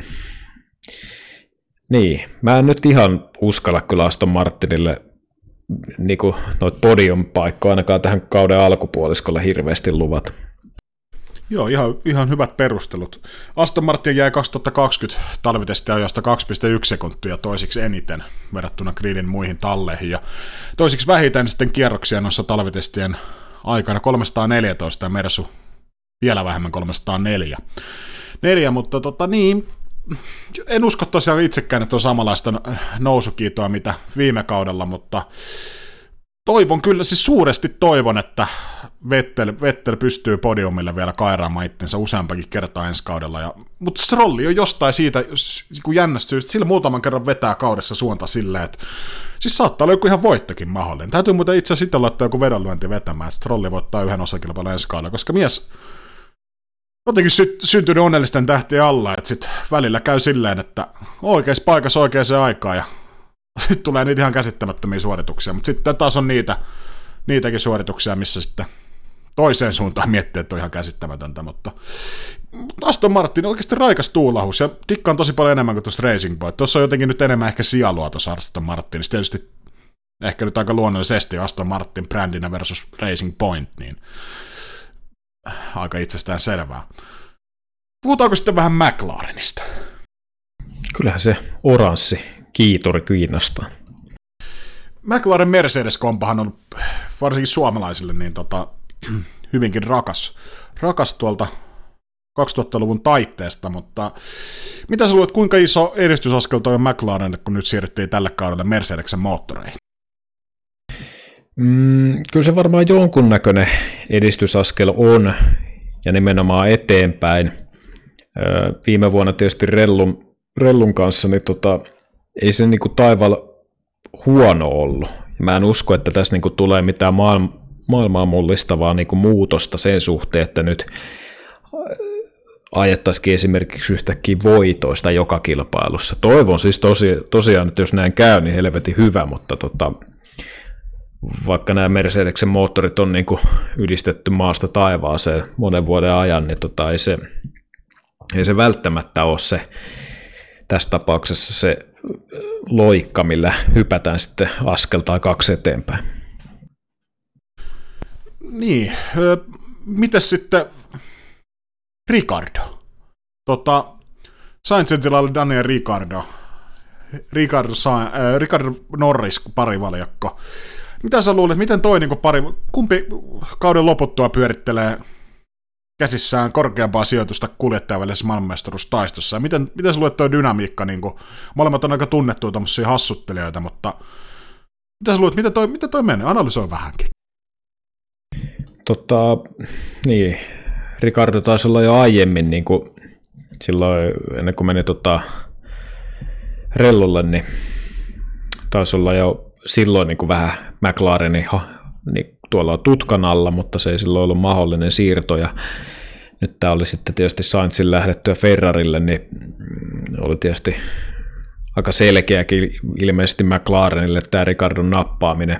niin, mä en nyt ihan uskalla kyllä Aston Martinille niin kuin noita podiumpaikkoja ainakaan tähän kauden alkupuoliskolle hirveästi luvat. Joo, ihan, ihan hyvät perustelut. Aston Martin jäi kaksituhattakaksikymmentä talvitestiajasta kaksi pilkku yksi sekuntia toisiksi eniten verrattuna gridin muihin talleihin, ja toisiksi vähiten sitten kierroksia noissa talvitestien aikana kolmesataaneljätoista ja Mersu vielä vähemmän kolmesataaneljä. Neljä, mutta tota niin, en usko tosiaan itsekään, että on samanlaista nousukiitoa mitä viime kaudella, mutta toivon kyllä, siis suuresti toivon, että Vettel, Vettel pystyy podiumille vielä kairaamaan itsensä useampakin kertaa ensi kaudella. Ja, mutta Strolli on jostain siitä, kun jännästyy, että sillä muutaman kerran vetää kaudessa suunta silleen, että siis saattaa olla joku ihan voittokin mahdollinen. Täytyy muuten itse asiassa sitten laittaa joku vedonlyönti vetämään, että Strolli voittaa yhden osakilpailun ensi kaudella, koska mies jotenkin sy- syntynyt onnellisten tähtien alla, että sitten välillä käy silleen, että oikeassa paikassa oikeaan aikaan ja sitten tulee niitä ihan käsittämättömiä suorituksia, mutta sitten taas on niitä, niitäkin suorituksia, missä sitten toiseen suuntaan miettiä, että on ihan käsittämätöntä, mutta Aston Martin on oikeasti raikas tuulahus, ja dikkaan tosi paljon enemmän kuin tuosta Racing Point. Tuossa on jotenkin nyt enemmän ehkä sielua tuossa Aston Martinissa, tietysti ehkä nyt aika luonnollisesti Aston Martin brändinä versus Racing Point, niin aika itsestään selvää. Puhutaanko sitten vähän McLarenista? Kyllähän se oranssi kiituri kiinnostaa. McLaren Mercedes-kompahan on varsinkin suomalaisille niin tota, hyvinkin rakas, rakas tuolta kaksituhattaluvun taitteesta, mutta mitä sä luulet, kuinka iso edistysaskel toi on McLarenille, kun nyt siirryttiin tälle kaudelle Mercedesen moottoreihin? Mm, kyllä se varmaan jonkunnäköinen edistysaskel on, ja nimenomaan eteenpäin. Öö, viime vuonna tietysti Rellun, Rellun kanssa, niin tota, ei se niinku taivaalla huono ollut. Mä en usko, että tässä niinku tulee mitään maailma, maailmaa mullistavaa niinku muutosta sen suhteen, että nyt ajettaisikin esimerkiksi yhtäkkiä voitoista joka kilpailussa. Toivon siis tosi, tosiaan, että jos näin käy, niin helvetin hyvä, mutta tota, vaikka nämä Mercedesen moottorit on niinku yhdistetty maasta taivaaseen monen vuoden ajan, niin tota, ei, se, ei se välttämättä ole se tässä tapauksessa se loikka, millä hypätään sitten askel tai kaksi eteenpäin. Niin, mitäs sitten Ricardo? Tota, Sainzin tilalle Daniel Ricardo. Ricardo, Sain, äh, Ricardo Norris parivaljakko. Mitä sä luulet, miten toi niin pari, kumpi kauden loputtua pyörittelee käsissään korkeampaa sijoitusta kuljettajan välisessä maailmanmestaruustaistossa? Ja miten, miten sä luulet toi dynamiikka? Niin kuin, molemmat on aika tunnettuja tommosia hassuttelijoita, mutta mitä sä luulet, miten toi, miten toi menee? Analysoi vähänkin. Tota, niin, Ricardo taisi olla jo aiemmin, niin kuin silloin ennen kuin meni tota, Rellulle, niin taisi olla jo silloin niin kuin vähän McLarenin niin tuolla tutkan alla, mutta se ei silloin ollut mahdollinen siirto, ja nyt tämä oli sitten tietysti Sainzin lähdettyä Ferrarille, niin oli tietysti aika selkeäkin ilmeisesti McLarenille tämä Ricardon nappaaminen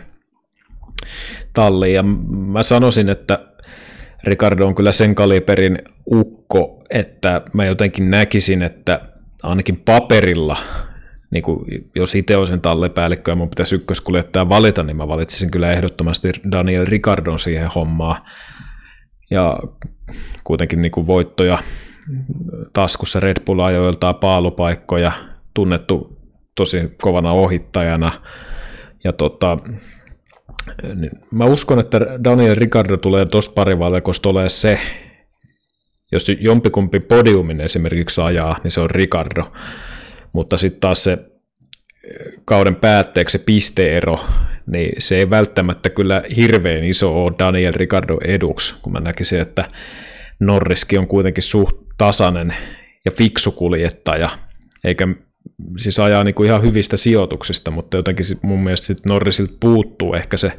talliin, ja mä sanoisin, että Ricardo on kyllä sen kaliberin ukko, että mä jotenkin näkisin, että ainakin paperilla, niin kuin jos itse olisin tallipäällikkö ja mun pitäisi ykköskuljettaja valita, niin mä valitsisin kyllä ehdottomasti Daniel Ricardon siihen hommaan. Ja kuitenkin niin kuin voittoja taskussa Red Bull ajoiltaan paalupaikkoja, tunnettu tosi kovana ohittajana. Ja tota, niin mä uskon, että Daniel Ricciardo tulee tuosta parivaljakosta olemaan se, jos jompikumpi podiumin esimerkiksi ajaa, niin se on Ricciardo, mutta sitten taas se kauden päätteeksi se pisteero, niin se ei välttämättä kyllä hirveän iso ole Daniel Ricciardo eduksi, kun mä näkisin, että Norriskin on kuitenkin suht tasainen ja fiksu kuljettaja, eikä siis ajaa niinku ihan hyvistä sijoituksista, mutta jotenkin sit mun mielestä sit Norrisilta puuttuu ehkä se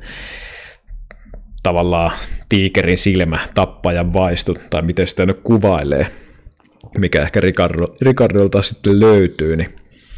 tavallaan tiikerin silmä, tappajan vaistu, tai miten sitä nyt kuvailee, mikä ehkä Ricardo, Ricardolta sitten löytyy. Niin.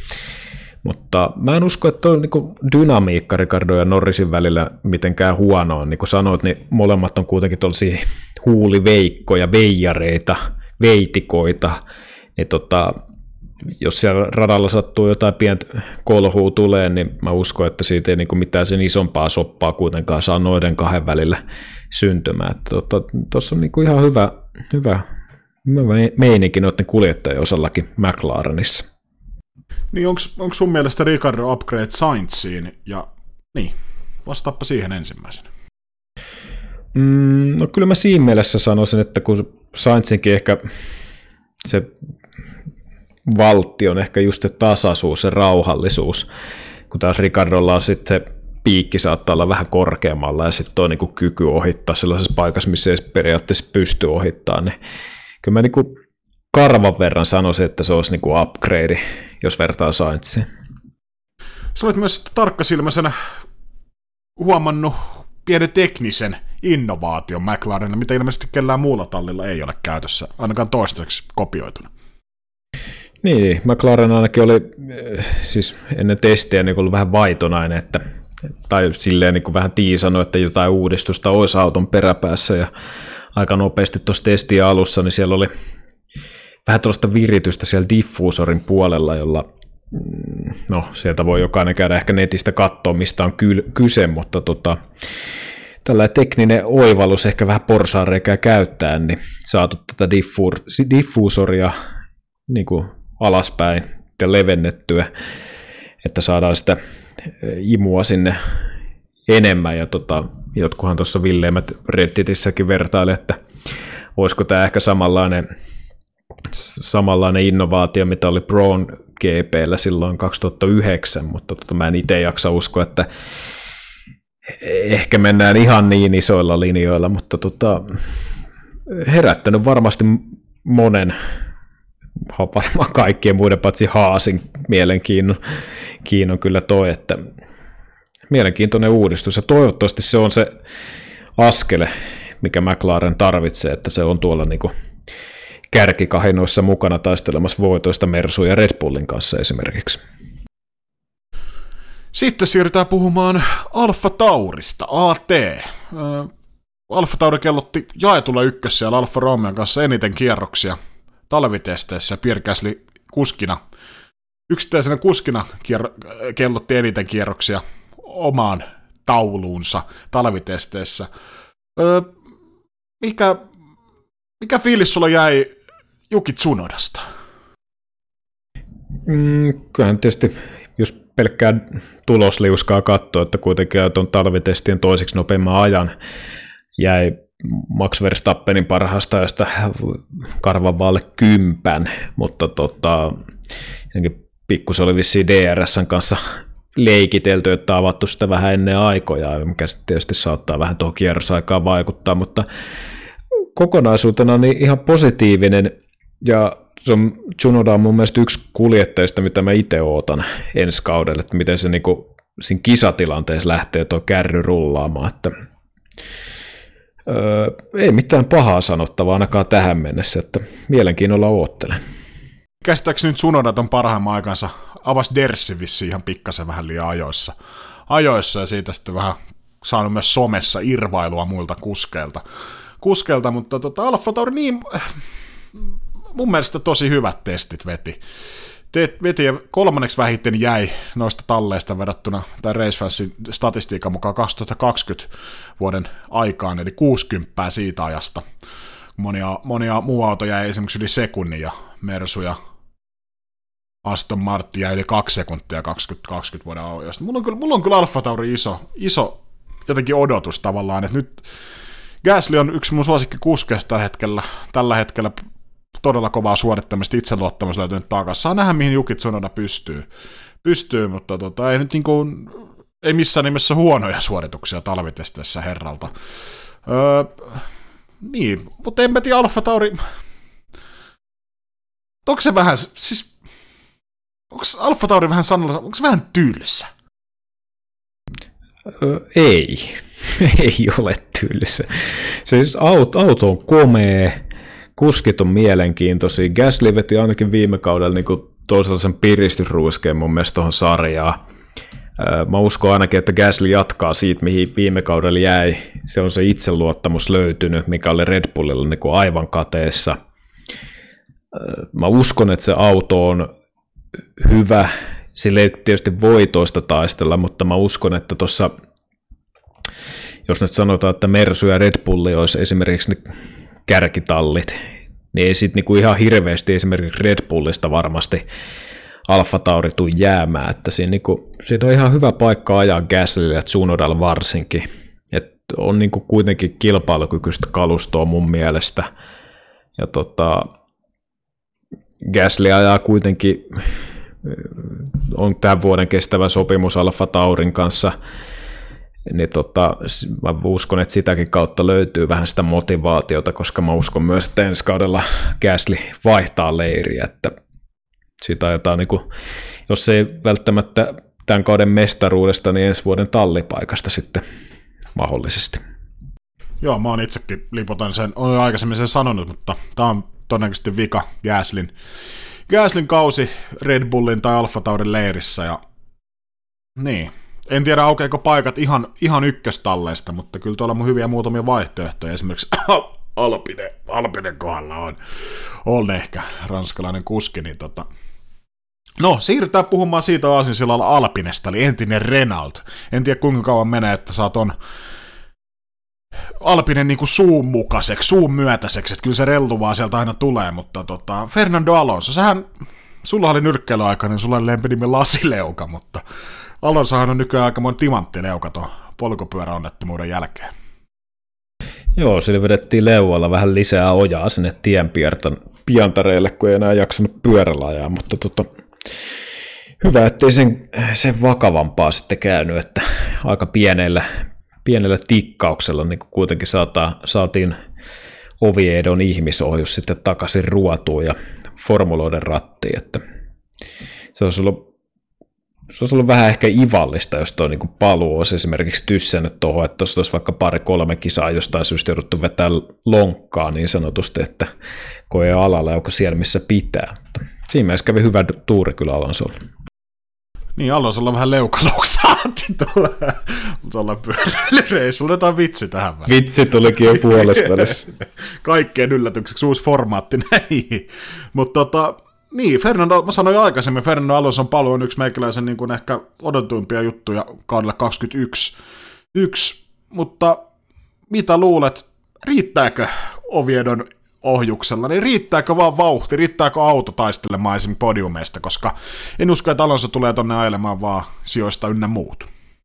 Mutta mä en usko, että on niinku dynamiikka Ricardo ja Norrisin välillä mitenkään huonoa. Niin kuin sanoit, niin molemmat on kuitenkin tuollaisia huuliveikkoja, veijareita, veitikoita, niin tota, jos siellä radalla sattuu jotain pientä kolhua tulee, niin mä uskon, että siitä ei niinku mitään sen isompaa soppaa kuitenkaan saa noiden kahden välillä syntymään. Tuossa tota, on niinku ihan hyvä, hyvä, hyvä meininki noiden kuljettajien osallakin McLarenissa. Niin onko sun mielestä Ricardo upgrade Sainziin? Ja niin, vastaappa siihen ensimmäisenä. Mm, no kyllä mä siinä mielessä sanoisin, että kun Sainzinkin ehkä se valtti on ehkä just se tasaisuus, se rauhallisuus, kun taas Ricardolla on sitten se piikki saattaa olla vähän korkeammalla ja sitten on niinku kyky ohittaa sellaisessa paikassa, missä ei periaatteessa pysty ohittaa, niin kyllä mä niinku karvan verran sanoisin, että se olisi niinku upgrade, jos vertaa Sainziin. Sä olet myös tarkkasilmäisenä huomannut pienen teknisen innovaation McLarenilla, mitä ilmeisesti kellään muulla tallilla ei ole käytössä, ainakaan toistaiseksi kopioituna. Niin, McLaren ainakin oli siis ennen testiä niin ollut vähän vaitonainen, että tai silleen niin kuin vähän tiisannut, että jotain uudistusta olisi auton peräpäässä, ja aika nopeasti tuossa testin alussa, niin siellä oli vähän tuollaista viritystä siellä diffuusorin puolella, jolla, no sieltä voi jokainen käydä ehkä netistä katsoa, mistä on ky- kyse, mutta tota, tällainen tekninen oivallus ehkä vähän porsaanreikää käyttää, niin saatu tätä diffu- diffuusoria niin kuin alaspäin ja levennettyä, että saadaan sitä imua sinne enemmän, ja tota, jotkuhan tuossa villeimmät Redditissäkin vertaili, että olisiko tämä ehkä samanlainen, samanlainen innovaatio, mitä oli Braun G P:llä silloin kaksituhattayhdeksän, mutta tota, mä en itse jaksa uskoa, että ehkä mennään ihan niin isoilla linjoilla, mutta tota, herättänyt varmasti monen, varmaan kaikkien muiden paitsi Haasin mielenkiinnon kiinnon kyllä toi, että mielenkiintoinen uudistus, ja toivottavasti se on se askele, mikä McLaren tarvitsee, että se on tuolla niinku kärkikahinoissa mukana taistelemassa voitoista Mersun ja Red Bullin kanssa esimerkiksi. Sitten siirrytään puhumaan Alfa Taurista, A T. Alfa Tauri kellotti jaetulla ykkös siellä Alfa Romeon kanssa eniten kierroksia talvitesteissä, ja Pierre Gasly kuskina, yksittäisenä kuskina kier- kellotti eniten kierroksia omaan tauluunsa talvitesteissä. Öö, mikä, mikä fiilis sulla jäi Yuki Tsunodasta? Mm, kyllähän tietysti, jos pelkkää tulosliuskaa katsoo, että kuitenkin tuon talvitestien toiseksi nopeimman ajan jäi Max Verstappenin parhaasta ajasta karvan vaalle kympän, mutta tota, pikkusen oli vissiin D R S:n kanssa leikitelty, että avattu sitä vähän ennen aikoja, mikä tietysti saattaa vähän tuohon kierrosaikaan vaikuttaa, mutta kokonaisuutena niin ihan positiivinen, ja se on, Tsunoda on mun mielestä yksi kuljettajista, mitä mä itse ootan ensi kaudelle, että miten se niinku siinä kisatilanteessa lähtee tuo kärry rullaamaan, että öö, ei mitään pahaa sanottavaa ainakaan tähän mennessä, että mielenkiinnolla oottelen. Käsittääkseni nyt Tsunoda ton parhaimman aikansa avasi Derssi vissiin ihan pikkasen vähän liian ajoissa. ajoissa, ja siitä sitten vähän saanut myös somessa irvailua muilta kuskeilta, kuskeilta mutta tota, Alfa Tauri niin, mun mielestä tosi hyvät testit veti. Te, veti ja kolmanneksi vähiten jäi noista talleista verrattuna, tai Racefansin statistiikan mukaan kaksituhattakaksikymmentä vuoden aikaan, eli kuusikymmentä siitä ajasta. Monia, monia muu auto jäi esimerkiksi yli sekunnin, ja Mersu ja Aston Martin jäi yli kaksi sekuntia kaksituhattakaksikymmentä vuoden ajoista. Mulla on kyllä, mulla on kyllä Alfa Tauri iso, iso jotenkin odotus tavallaan, että nyt Gasly on yksi mun suosikkikuskeista tällä hetkellä, tällä hetkellä todella kovaa suorittamista, itseluottamus löytynyt takaisin. Saa nähdä, mihin Yuki Tsunoda pystyy, pystyy mutta tota, ei nyt niin kuin, ei missään nimessä huonoja suorituksia talvitesteissä herralta. Öö, niin, mutta en mä tiedä, Alfa Tauri, onko se vähän, siis, onko Alfa Tauri vähän sanalla, onko se vähän tylsä? Öö, ei, ei ole tylsä. Siis auto, auto on komea, kuskit on mielenkiintoisia. Gasly veti ainakin viime kaudella niin toisaalta piristysruiskeen mun mielestä tuohon sarjaan. Mä uskon ainakin, että Gasly jatkaa siitä, mihin viime kaudella jäi. Se on se itseluottamus löytynyt, mikä oli Red Bullilla niin kuin aivan kateessa. Mä uskon, että se auto on hyvä. Sillä ei tietysti voitoista taistella, mutta mä uskon, että tuossa, jos nyt sanotaan, että Mersu ja Red Bulli olisi esimerkiksi ne kärkitallit, niin ei sitten niinku ihan hirveästi esimerkiksi Red Bullista varmasti Alfa Tauri tuu jäämään, että siinä, niinku, siinä on ihan hyvä paikka ajaa Gaslylle ja Tsunodalla varsinkin, että on niinku kuitenkin kilpailukykyistä kalustoa mun mielestä, ja tota, Gasly ajaa kuitenkin, on tämän vuoden kestävä sopimus Alfa Taurin kanssa, niin tota, mä uskon, että sitäkin kautta löytyy vähän sitä motivaatiota, koska mä uskon myös, että ensi kaudella Gasly vaihtaa leiriä, että siitä ajetaan, niin kuin, jos ei välttämättä tämän kauden mestaruudesta, niin ensi vuoden tallipaikasta sitten mahdollisesti. Joo, mä oon itsekin lipotan sen, olen aikaisemmin sen sanonut, mutta tää on todennäköisesti vika Gaslyn, Gaslyn kausi Red Bullin tai Alfa Taurin leirissä, ja niin, En tiedä, aukeako paikat ihan, ihan ykköstalleista, mutta kyllä tuolla on hyviä muutamia vaihtoehtoja. Esimerkiksi Alpine, Alpinen kohdalla on, on ehkä ranskalainen kuski. Niin tota. No, siirrytään puhumaan siitä aasinsillalla Alpinesta, eli entinen Renault. En tiedä, kuinka kauan menee, että sä oot on Alpinen niin kuin suun mukaiseksi, suun myötäiseksi, että kyllä se reltuvaa sieltä aina tulee, mutta tota, Fernando Alonso, sähän, sulla oli nyrkkeilyaika, niin sulla oli lempinimi Lasileuka, mutta Alonsohan on nykyään aikamoinen timanttileuka tuon polkupyöräonnettomuuden jälkeen. Joo, sillä vedettiin leualla vähän lisää ojaa sinne tien piantareille, kun ei enää jaksanut pyörällä ajaa, mutta tota, hyvä, ettei sen, sen vakavampaa sitten käynyt, että aika pienellä, pienellä tikkauksella niin kuitenkin saata, saatiin Oviedon ihmisohjus sitten takaisin ruotuun ja formuloiden rattiin, että se olisi ollut, se olisi ollut vähän ehkä ivallista, jos tuo niin paluu olisi esimerkiksi tyssännyt tuohon, että tuossa olisi vaikka pari-kolme kisaa jostain syystä jouduttu vetää lonkkaa niin sanotusti, että koe alalla onko siellä missä pitää. Siinä mielessä kävi hyvä tuuri kyllä Alonsolla. Niin, Alonsolla vähän leukaloksaatti tuolla, tuolla pyöräilyreissulla. Jotain vitsi tähän väliin. Vitsi tulikin jo puolesvälissä. Kaikkeen yllätykseksi uusi formaatti näihin. Mutta tota, niin, Fernando, mä sanoin aikaisemmin, Fernando Alonson paluu on yksi meikäläisen niin kuin ehkä odotuimpia juttuja kaudella kaksikymmentäyksi. Yksi, mutta mitä luulet, riittääkö Oviedon ohjuksella, niin riittääkö vaan vauhti, riittääkö auto taistelemaan esimerkiksi podiumeista, koska en usko, että Alonso tulee tonne ajelemaan vaan sijoista ynnä muut.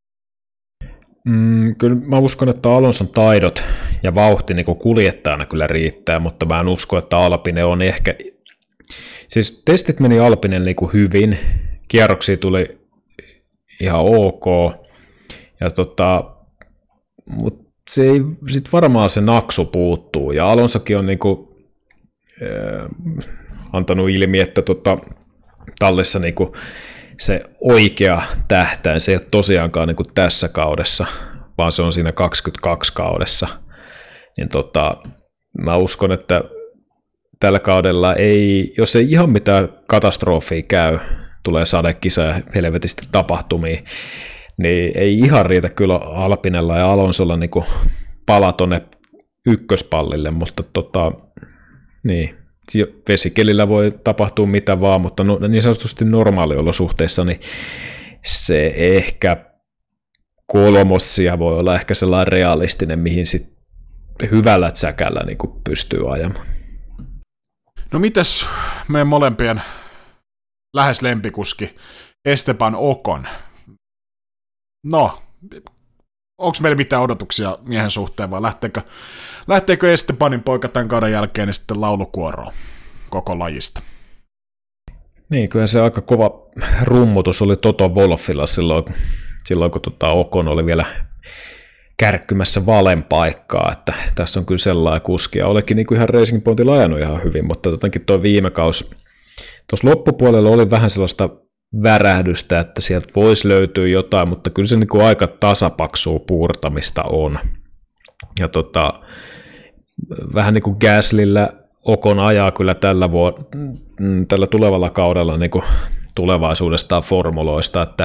Mm, kyllä mä uskon, että Alonson taidot ja vauhti niin kuljettajana kyllä riittää, mutta mä en usko, että Alpine on ehkä. Siis testit meni Alpinen niin hyvin, kierroksia tuli ihan ok, ja tota, mutta se ei, sit varmaan se naksu puuttuu, ja Alonsokin on niinku, äh, antanut ilmi, että tota, tallissa niinku se oikea tähtäin, se ei ole tosiaankaan niinku tässä kaudessa, vaan se on siinä kaksikymmentäkaksi kaudessa, niin tota, mä uskon, että tällä kaudella ei, jos ei ihan mitään katastrofia käy, tulee sadekisa ja helvetisti tapahtumia, niin ei ihan riitä kyllä Alpinella ja Alonsolla niin pala tuonne ykköspallille, mutta tota, niin, vesikelillä voi tapahtua mitä vaan, mutta no, niin sanotusti normaaliolosuhteissa, niin se ehkä kolmossia voi olla ehkä sellainen realistinen, mihin sitten hyvällä tsäkällä niin pystyy ajamaan. No mites meidän molempien lähes lempikuski Esteban Ocon? No, onko meillä mitään odotuksia miehen suhteen vai lähteekö, lähteekö Estebanin poika tämän kauden jälkeen niin sitten laulukuoroon koko lajista? Niin, kyllä se aika kova rummutus oli Toto Wolffilla silloin, silloin kun tota Ocon oli vielä kärkkymässä Valen paikkaa, että tässä on kyllä sellainen kuski, ja olikin niin kuin ihan Racing Pointilla ajanut ihan hyvin, mutta jotenkin tuo viime kausi, tuossa loppupuolella oli vähän sellaista värähdystä, että sieltä voisi löytyä jotain, mutta kyllä se niin kuin aika tasapaksua puurtamista on. Ja tota, vähän niin kuin Gaslyllä Ocon ajaa kyllä tällä, vuod- tällä tulevalla kaudella niin kuin tulevaisuudestaan formuloista, että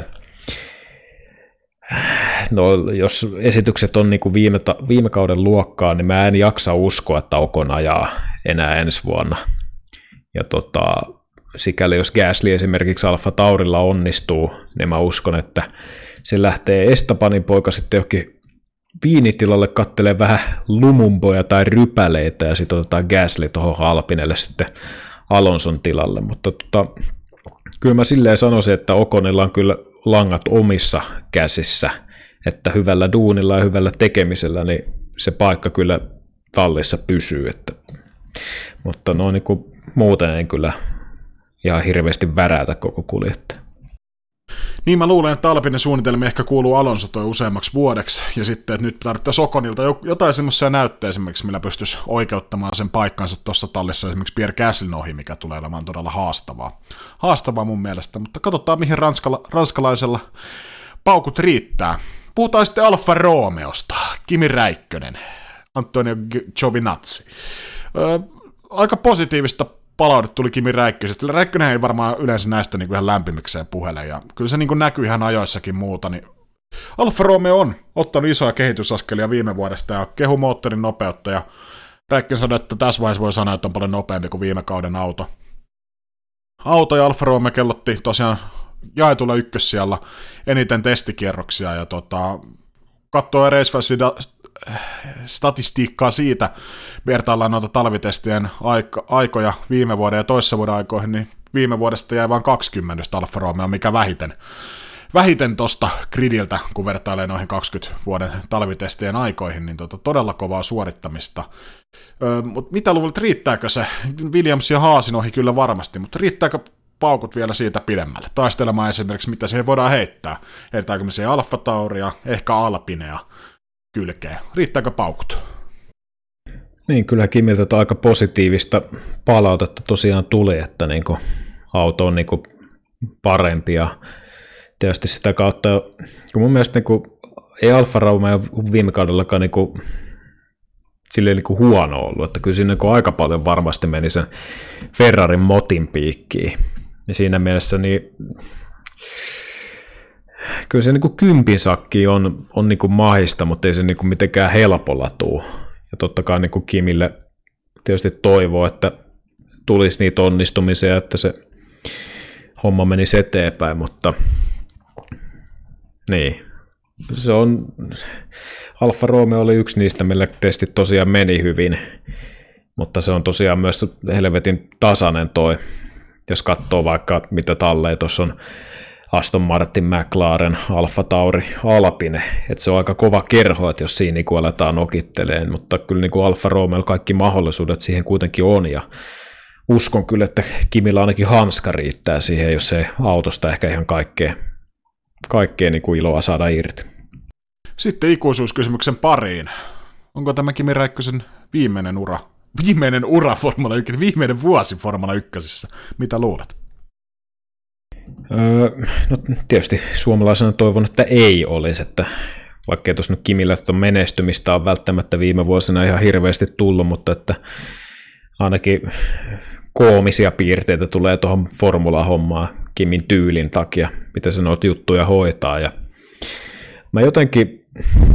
no, jos esitykset on niin kuin viime, ta- viime kauden luokkaa, niin mä en jaksa uskoa, että Ocon ajaa enää ensi vuonna. Ja tota, sikäli jos Gasly esimerkiksi Alfa Taurilla onnistuu, niin mä uskon, että se lähtee Estebanin poika sitten johonkin viinitilalle kattelee vähän lumumboja tai rypäleitä ja sitten otetaan Gasly tuohon Alpinelle sitten Alonson tilalle, mutta tota, kyllä mä silleen sanoisin, että Oconilla on kyllä langat omissa käsissä, että hyvällä duunilla ja hyvällä tekemisellä niin se paikka kyllä tallissa pysyy, että, mutta no niin kuin muuten ei kyllä ihan hirveästi väräytä koko kuljettaja. Niin mä luulen, että Alpinen suunnitelma ehkä kuuluu Alonso toi useammaksi vuodeksi, ja sitten, että nyt tarvittaisiin Oconilta jotain semmoisia näyttöjä esimerkiksi, millä pystyisi oikeuttamaan sen paikkansa tuossa tallissa esimerkiksi Pierre Gaslyn ohi, mikä tulee olemaan todella haastavaa. Haastavaa mun mielestä, mutta katsotaan mihin ranskala, ranskalaisella paukut riittää. Puhutaan sitten Alfa Romeosta, Kimi Räikkönen, Antonio Giovinazzi. Öö, aika positiivista palaute tuli Kimi Räikkösestä. Räikkönen ei varmaan yleensä näistä niin kuin ihan lämpimikseen puhele, ja kyllä se niin kuin näkyy ihan ajoissakin muuta, niin Alfa Romeo on ottanut isoja kehitysaskelia viime vuodesta ja kehu moottorin nopeutta, ja Räikkönen sanoi, että tässä vaiheessa voi sanoa, että on paljon nopeampi kuin viime kauden auto. Auto ja Alfa Romeo kellotti tosiaan jaetulla ykkössijalla eniten testikierroksia, ja tota, katsoo Racefacin statistiikkaa siitä, vertaillaan noita talvitestien aiko- aikoja viime vuoden ja toissa vuoden aikoihin, niin viime vuodesta jäi vain kaksikymmentä Alfa Romeo, mikä vähiten. Vähiten tuosta gridiltä, kun vertailee noihin kaksikymmentä vuoden talvitestien aikoihin, niin tota, todella kovaa suorittamista. Öö, mutta mitä luulet, riittääkö se? Williams ja Haasin ohi kyllä varmasti, mutta riittääkö paukut vielä siitä pidemmälle? Taistelemaan esimerkiksi, mitä siihen voidaan heittää. Heitetäänkö me siihen Alfa Tauria, ehkä Alpinea kylkeen? Riittääkö paukut? Niin, kyllä Kimiltä aika positiivista palautetta tosiaan tuli, että niinku auto on niinku parempi ja tietysti sitä kautta, kun mun mielestä niinku, ei Alfa Romeo viime kaudellakaan niinku, silleen niinku huono ollut, että kyllä siinä niinku aika paljon varmasti meni sen Ferrarin motin piikkiin. Ja siinä mielessä niin, kyllä se niinku kympin sakki on, on niinku mahista, mutta ei se niinku mitenkään helpolla tule. Ja totta kai niinku Kimille tietysti toivoo, että tulisi niitä onnistumisia, että se homma menisi eteenpäin, mutta niin, se on, Alfa Romeo oli yksi niistä, millä testit tosiaan meni hyvin, mutta se on tosiaan myös helvetin tasainen toi, jos katsoo vaikka mitä talleja tuossa on Aston Martin, McLaren, Alfa Tauri, Alpine, että se on aika kova kerho, että jos siinä niin aletaan nokitteleen, mutta kyllä niin kuin Alfa Romeo kaikki mahdollisuudet siihen kuitenkin on, ja uskon kyllä, että Kimillä ainakin hanska riittää siihen, jos ei autosta ehkä ihan kaikkea, kaikkea niin kuin iloa saada irti. Sitten ikuisuuskysymyksen pariin. Onko tämä Kimi Räikkösen viimeinen ura, viimeinen ura Formula yksi, viimeinen vuosi Formula ykkösessä? Mitä luulet? Öö, no tietysti suomalaisena toivon, että ei olisi, että vaikka ei tuossa nyt Kimillä tuon menestymistä on välttämättä viime vuosina ihan hirveästi tullut, mutta että ainakin koomisia piirteitä tulee tuohon formula-hommaan Kimin tyylin takia, miten se noita juttuja hoitaa. Ja mä jotenkin,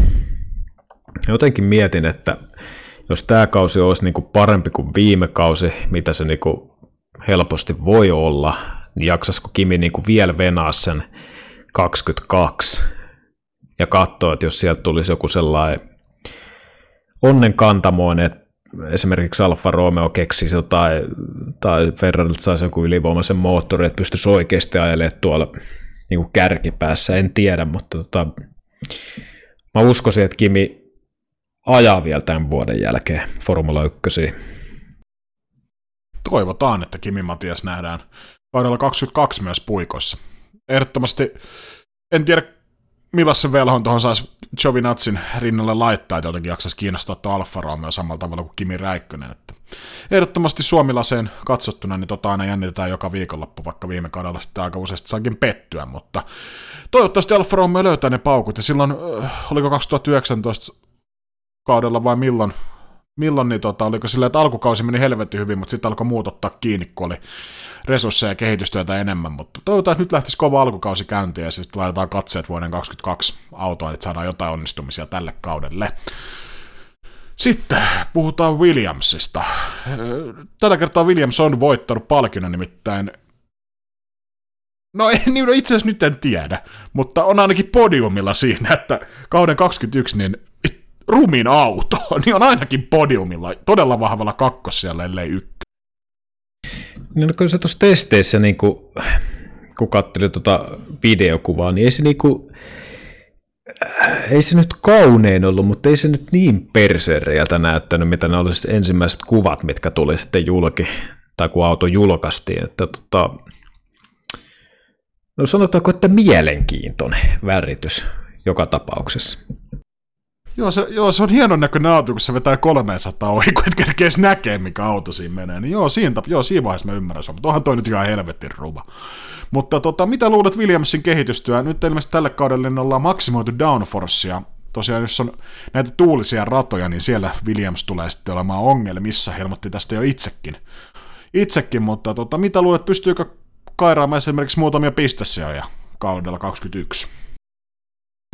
jotenkin mietin, että jos tämä kausi olisi niinku parempi kuin viime kausi, mitä se niinku helposti voi olla, niin jaksaisiko Kimi niinku vielä venaa sen kaksikymmentäkaksi ja katsoa, että jos sieltä tulisi joku sellainen onnenkantamoinen, että esimerkiksi Alfa Romeo keksisi jotain, tai Ferrarilta saisi joku ylivoimaisen moottori, että pystyisi oikeasti ajelemaan tuolla niin kuin kärkipäässä, en tiedä, mutta tota, mä uskoisin, että Kimi ajaa vielä tämän vuoden jälkeen Formula yksi. Toivotaan, että Kimi Matias nähdään kaudella kaksikymmentäkaksi myös puikoissa. Ehdottomasti, en tiedä millaisen velhon tuohon saisi Giovinazin rinnalle laittaa, että jotenkin jaksaisi kiinnostaa tuo Alfa Romeo samalla tavalla kuin Kimi Räikkönen. Että ehdottomasti Suomilaseen katsottuna, niin tota aina jännitetään joka viikonloppu, vaikka viime kaudella sitten aika useasti saakin pettyä, mutta toivottavasti Alfa Romeo löytää ne paukut, ja silloin, oliko kaksituhattayhdeksäntoista kaudella vai milloin, milloin niin tota, oliko silleen, että alkukausi meni helvetin hyvin, mutta sitten alkoi muut ottaa kiinni, kun oli resursseja ja kehitystyötä enemmän, mutta toivotaan, että nyt lähtisi kova alkukausi käyntiin ja sitten laitetaan katseet vuoden kaksikymmentäkaksi autoa, että saadaan jotain onnistumisia tälle kaudelle. Sitten puhutaan Williamsista. Tällä kertaa Williams on voittanut palkinnon nimittäin. No, niin, no itse asiassa nyt en tiedä, mutta on ainakin podiumilla siinä, että kauden kaksikymmentäyksi niin rumin auto, niin on ainakin podiumilla, todella vahvalla kakkossijalla, ellei ykkönen. No kyllä se tuossa testeissä, niin kuin, kun katselin tuota videokuvaa, niin ei se, niin kuin, ei se nyt kaunein ollut, mutta ei se nyt niin persereiltä näyttänyt, mitä ne olisi ensimmäiset kuvat, mitkä tuli sitten julki, tai kun auto julkaistiin. Että, tota, no sanotaanko, että mielenkiintoinen väritys joka tapauksessa. Joo se, joo, se on hienon näköinen auto, kun se vetää kolmesataa ohi, kun et kerkeä edes näkee, mikä auto siinä menee. Niin joo, siinä, joo, siinä vaiheessa mä ymmärrän sen, mutta onhan toi nyt ihan helvetin ruva. Mutta tota, mitä luulet Williamsin kehitystyä? Nyt ilmeisesti tälle kaudelle niin ollaan maksimoitu downforcea. Tosiaan, jos on näitä tuulisia ratoja, niin siellä Williams tulee sitten olemaan ongelmissa. Helmotti tästä jo itsekin. Itsekin, mutta tota, mitä luulet, pystyykö kairaamaan esimerkiksi muutamia pistesijoja kaudella kaksikymmentäyksi?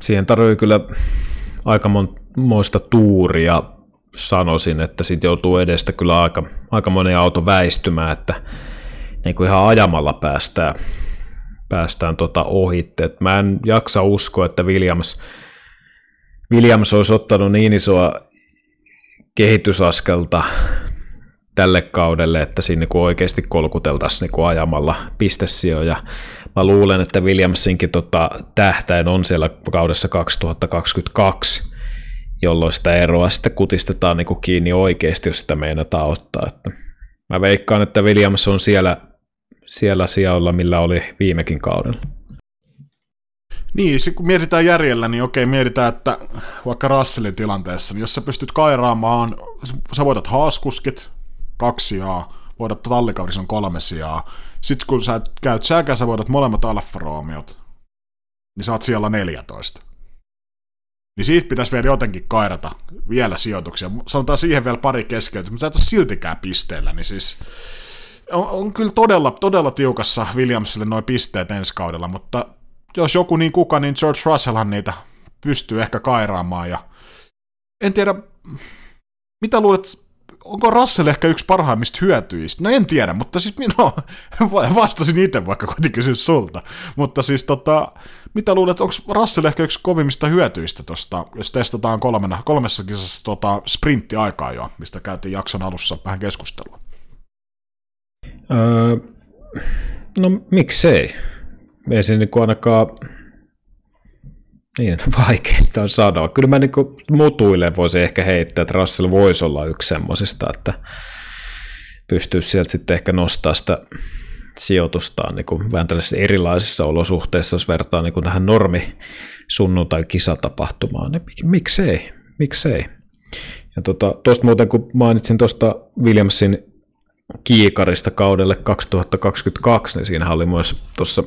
siihen tarvii kyllä aikamoista tuuria, sanoisin, että sitten joutuu edestä kyllä aika, aika monen auto väistymään, että niin kuin ihan ajamalla päästään, päästään tota ohitte. Et mä en jaksa uskoa, että Williams, Williams olisi ottanut niin isoa kehitysaskelta tälle kaudelle, että siinä niin oikeasti kolkuteltaisiin niin ajamalla pistesijoja. Mä luulen, että Williamsinkin tota, tähtäin on siellä kaudessa kaksituhattakaksikymmentäkaksi, jolloin sitä eroa sitten kutistetaan niin kuin kiinni oikeasti, jos sitä meinataan ottaa. Että mä veikkaan, että Williams on siellä, siellä sijoilla, millä oli viimekin kaudella. Niin, kun mietitään järjellä, niin okei, mietitään, että vaikka Russellin tilanteessa, niin jos sä pystyt kairaamaan, sä voitat haaskuskit, kaksi sijaa, voidat tallikaverison kolme sijaa, sitten kun sä käyt säkä, sä voitat molemmat Alfa Romeot, niin sä oot siellä neljätoista. Niin siitä pitäisi vielä jotenkin kairata vielä sijoituksia. Sanotaan siihen vielä pari keskeytystä, mutta sä et ole siltikään pisteellä, niin siis on, on kyllä todella, todella tiukassa Williamsille nuo pisteet ensi kaudella, mutta jos joku niin kuka, niin George Russellhan niitä pystyy ehkä kairaamaan, ja en tiedä, mitä luulet, onko Russell ehkä yksi parhaimmista hyötyjistä? No en tiedä, mutta siis minä vastasin itse, vaikka koitin kysyä sulta. Mutta siis tota, mitä luulet, onko Russell ehkä yksi kovimmista hyötyistä tuosta, jos testataan kolmena, kolmessa kisassa tota sprinttiaikaa jo, mistä käytiin jakson alussa vähän keskustelua? Öö, no miksei? Ei se niin ainakaan niin vaikeaa on sanoa. Kyllä mä niin mutuille voisin ehkä heittää, että Russell voisi olla yksi semmoisista, että pystyisi sieltä sitten ehkä nostaa sitä sijoitustaan niin kuin vähän tällaisissa erilaisissa olosuhteissa, jos vertaa niin kuin tähän normi sunnuntai-kisatapahtumaan, niin miksei, miksei. Ja tuosta tota, muuten, kun mainitsin tuosta Williamsin kiikarista kaudelle kaksituhattakaksikymmentäkaksi, niin siinä oli myös tuossa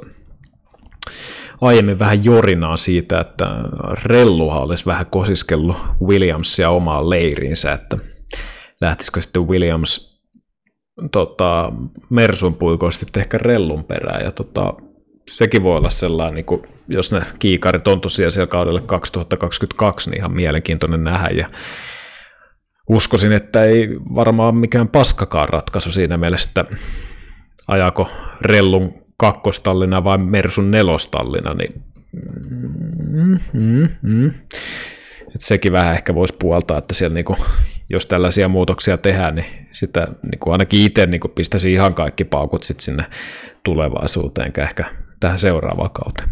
aiemmin vähän jorinaa siitä, että Relluhan olisi vähän kosiskellut Williamsia omaan leiriinsä, että lähtisikö sitten Williams tota, Mersun puikoista sitten ehkä Rellun perään, ja tota, sekin voi olla sellainen, niin kuin, jos ne kiikarit on tosiaan siellä kaudelle kaksituhattakaksikymmentäkaksi, niin ihan mielenkiintoinen nähdä, ja uskoisin, että ei varmaan mikään paskakaan ratkaisu siinä mielessä, että ajako Rellun kakkostallina vai Mersun nelostallina, niin mm, mm, mm. Et sekin vähän ehkä voisi puoltaa, että siellä niinku, jos tällaisia muutoksia tehdään, niin sitä niinku ainakin itse niinku pistäisi ihan kaikki paukut sit sinne tulevaisuuteen, enkä ehkä tähän seuraavaan kauteen.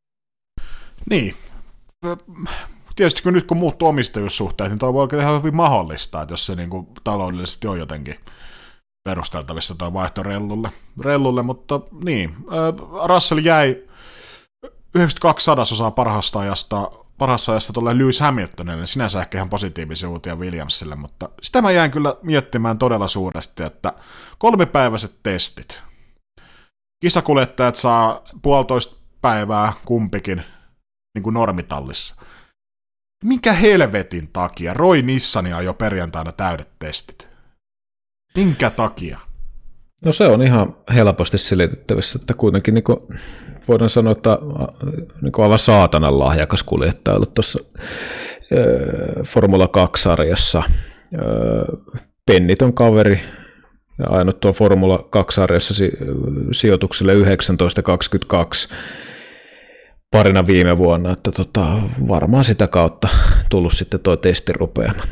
Niin. Tietysti kun nyt kun muuttuu omistajuussuhteet, niin toi voi olla ihan hyvin mahdollista, että jos se niinku taloudellisesti on jotenkin perusteltavissa tuo vaihto Rellulle, Rellulle, mutta niin, äh, Russell jäi yhdeksänkymmentäkaksi sadasosaa parhaasta ajasta, parhaassa ajasta tuolle Lewis Hamiltonille, sinänsä ehkä ihan positiivisia uutia Williamsille, mutta sitä mä jäin kyllä miettimään todella suuresti, että kolmipäiväiset testit. Kisakuljettajat saa puolitoista päivää kumpikin niin kuin normitallissa. Minkä helvetin takia Roy Nissania ajoi perjantaina täydet testit? Minkä takia? No se on ihan helposti selitettävissä, että kuitenkin niin kuin voidaan sanoa, että niin kuin aivan saatanan lahjakas kuljettaja ollut tuossa Formula kaksi-sarjassa. Penniton kaveri ja ainut tuo Formula kaksi-sarjassa sijoitukselle yhdeksäntoista kaksikymmentäkaksi parina viime vuonna, että tota, varmaan sitä kautta tullut sitten tuo testirupeama.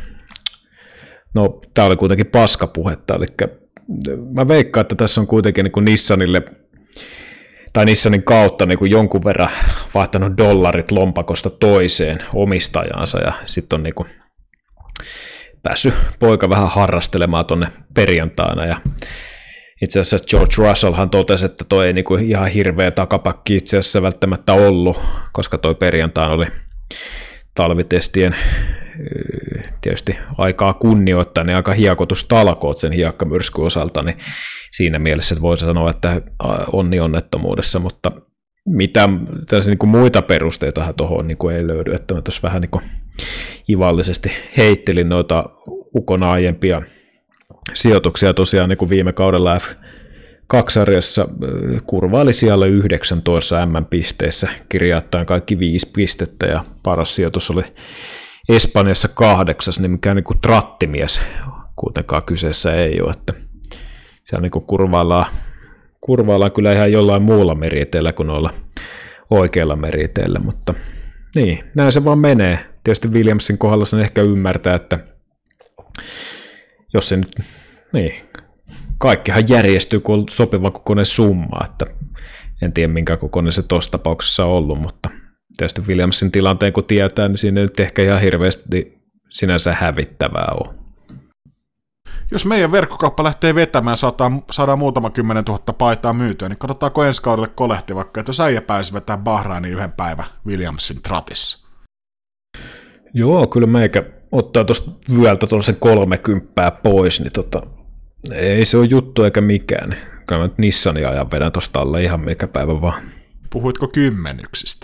No, tämä oli kuitenkin paskapuhetta, eli mä veikkaan, että tässä on kuitenkin niin kuin Nissanille, tai Nissanin kautta niin kuin jonkun verran vaihtanut dollarit lompakosta toiseen omistajaansa, ja sitten on niin kuin päässyt poika vähän harrastelemaan tuonne perjantaina, ja itse asiassa George Russellhan totesi, että toi ei niin kuin ihan hirveä takapakki itse asiassa välttämättä ollut, koska toi perjantaina oli talvitestien tietysti aikaa kunnioittaa, niin aika hiekotustalkoot sen hiekkamyrskyn osalta, niin siinä mielessä että voisi sanoa, että onni onnettomuudessa, mutta mitä niin kuin muita perusteita tuohon niin ei löydy, että mä tuossa vähän niin kuin ivallisesti heittelin noita Ukon aiempia sijoituksia tosiaan niin kuin viime kaudella F kaksarjassa kurvaili siellä yhdeksäntoista M M-pisteissä, kirjaattain kaikki viisi pistettä, ja paras sijoitus oli Espanjassa kahdeksas, niin mikään niin trattimies kuitenkaan kyseessä ei ole, että siellä niin kurvaillaan, kurvaillaan kyllä ihan jollain muulla meriteillä kuin noilla oikeilla meriteillä, mutta niin, näin se vaan menee. Tietysti Williamsin kohdalla sen ehkä ymmärtää, että jos se nyt, niin, kaikkihan järjestyy, kun on sopiva kokoinen summa, että en tiedä minkä kokoinen se tuossa tapauksessa on ollut, mutta tietysti Williamsin tilanteen kun tietää, niin siinä ei nyt ehkä ihan hirveästi sinänsä hävittävää ole. Jos meidän verkkokauppa lähtee vetämään, saadaan, saadaan muutama kymmenen tuhatta paitaa myytyä, niin katsotaanko ensi kaudelle kolehti vaikka, että jos äijä pääsi vetämään Bahrainin yhden päivän Williamsin tratissa. Joo, kyllä meikä ottaa tuosta vyöltä tuollaisen kolmekymppää pois, niin tota, ei se ole juttu eikä mikään. Kyllä mä nyt Nissanin ajan vedän tuosta alle ihan mikä päivä vaan. Puhuitko kymmenyksistä?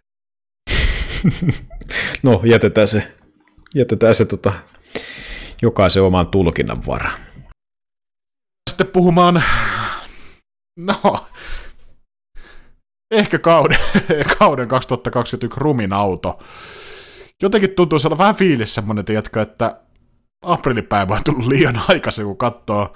No, jätetään se, jätetään se tota, jokaisen oman tulkinnan varaan. Sitten puhumaan, no, ehkä kauden, kauden kaksituhattakaksikymmentäyksi rumin auto. Jotenkin tuntuu sellainen vähän fiilis semmoinen, tiedätkö, että aprillipäivä on tullut liian aikaisin, kun katsoo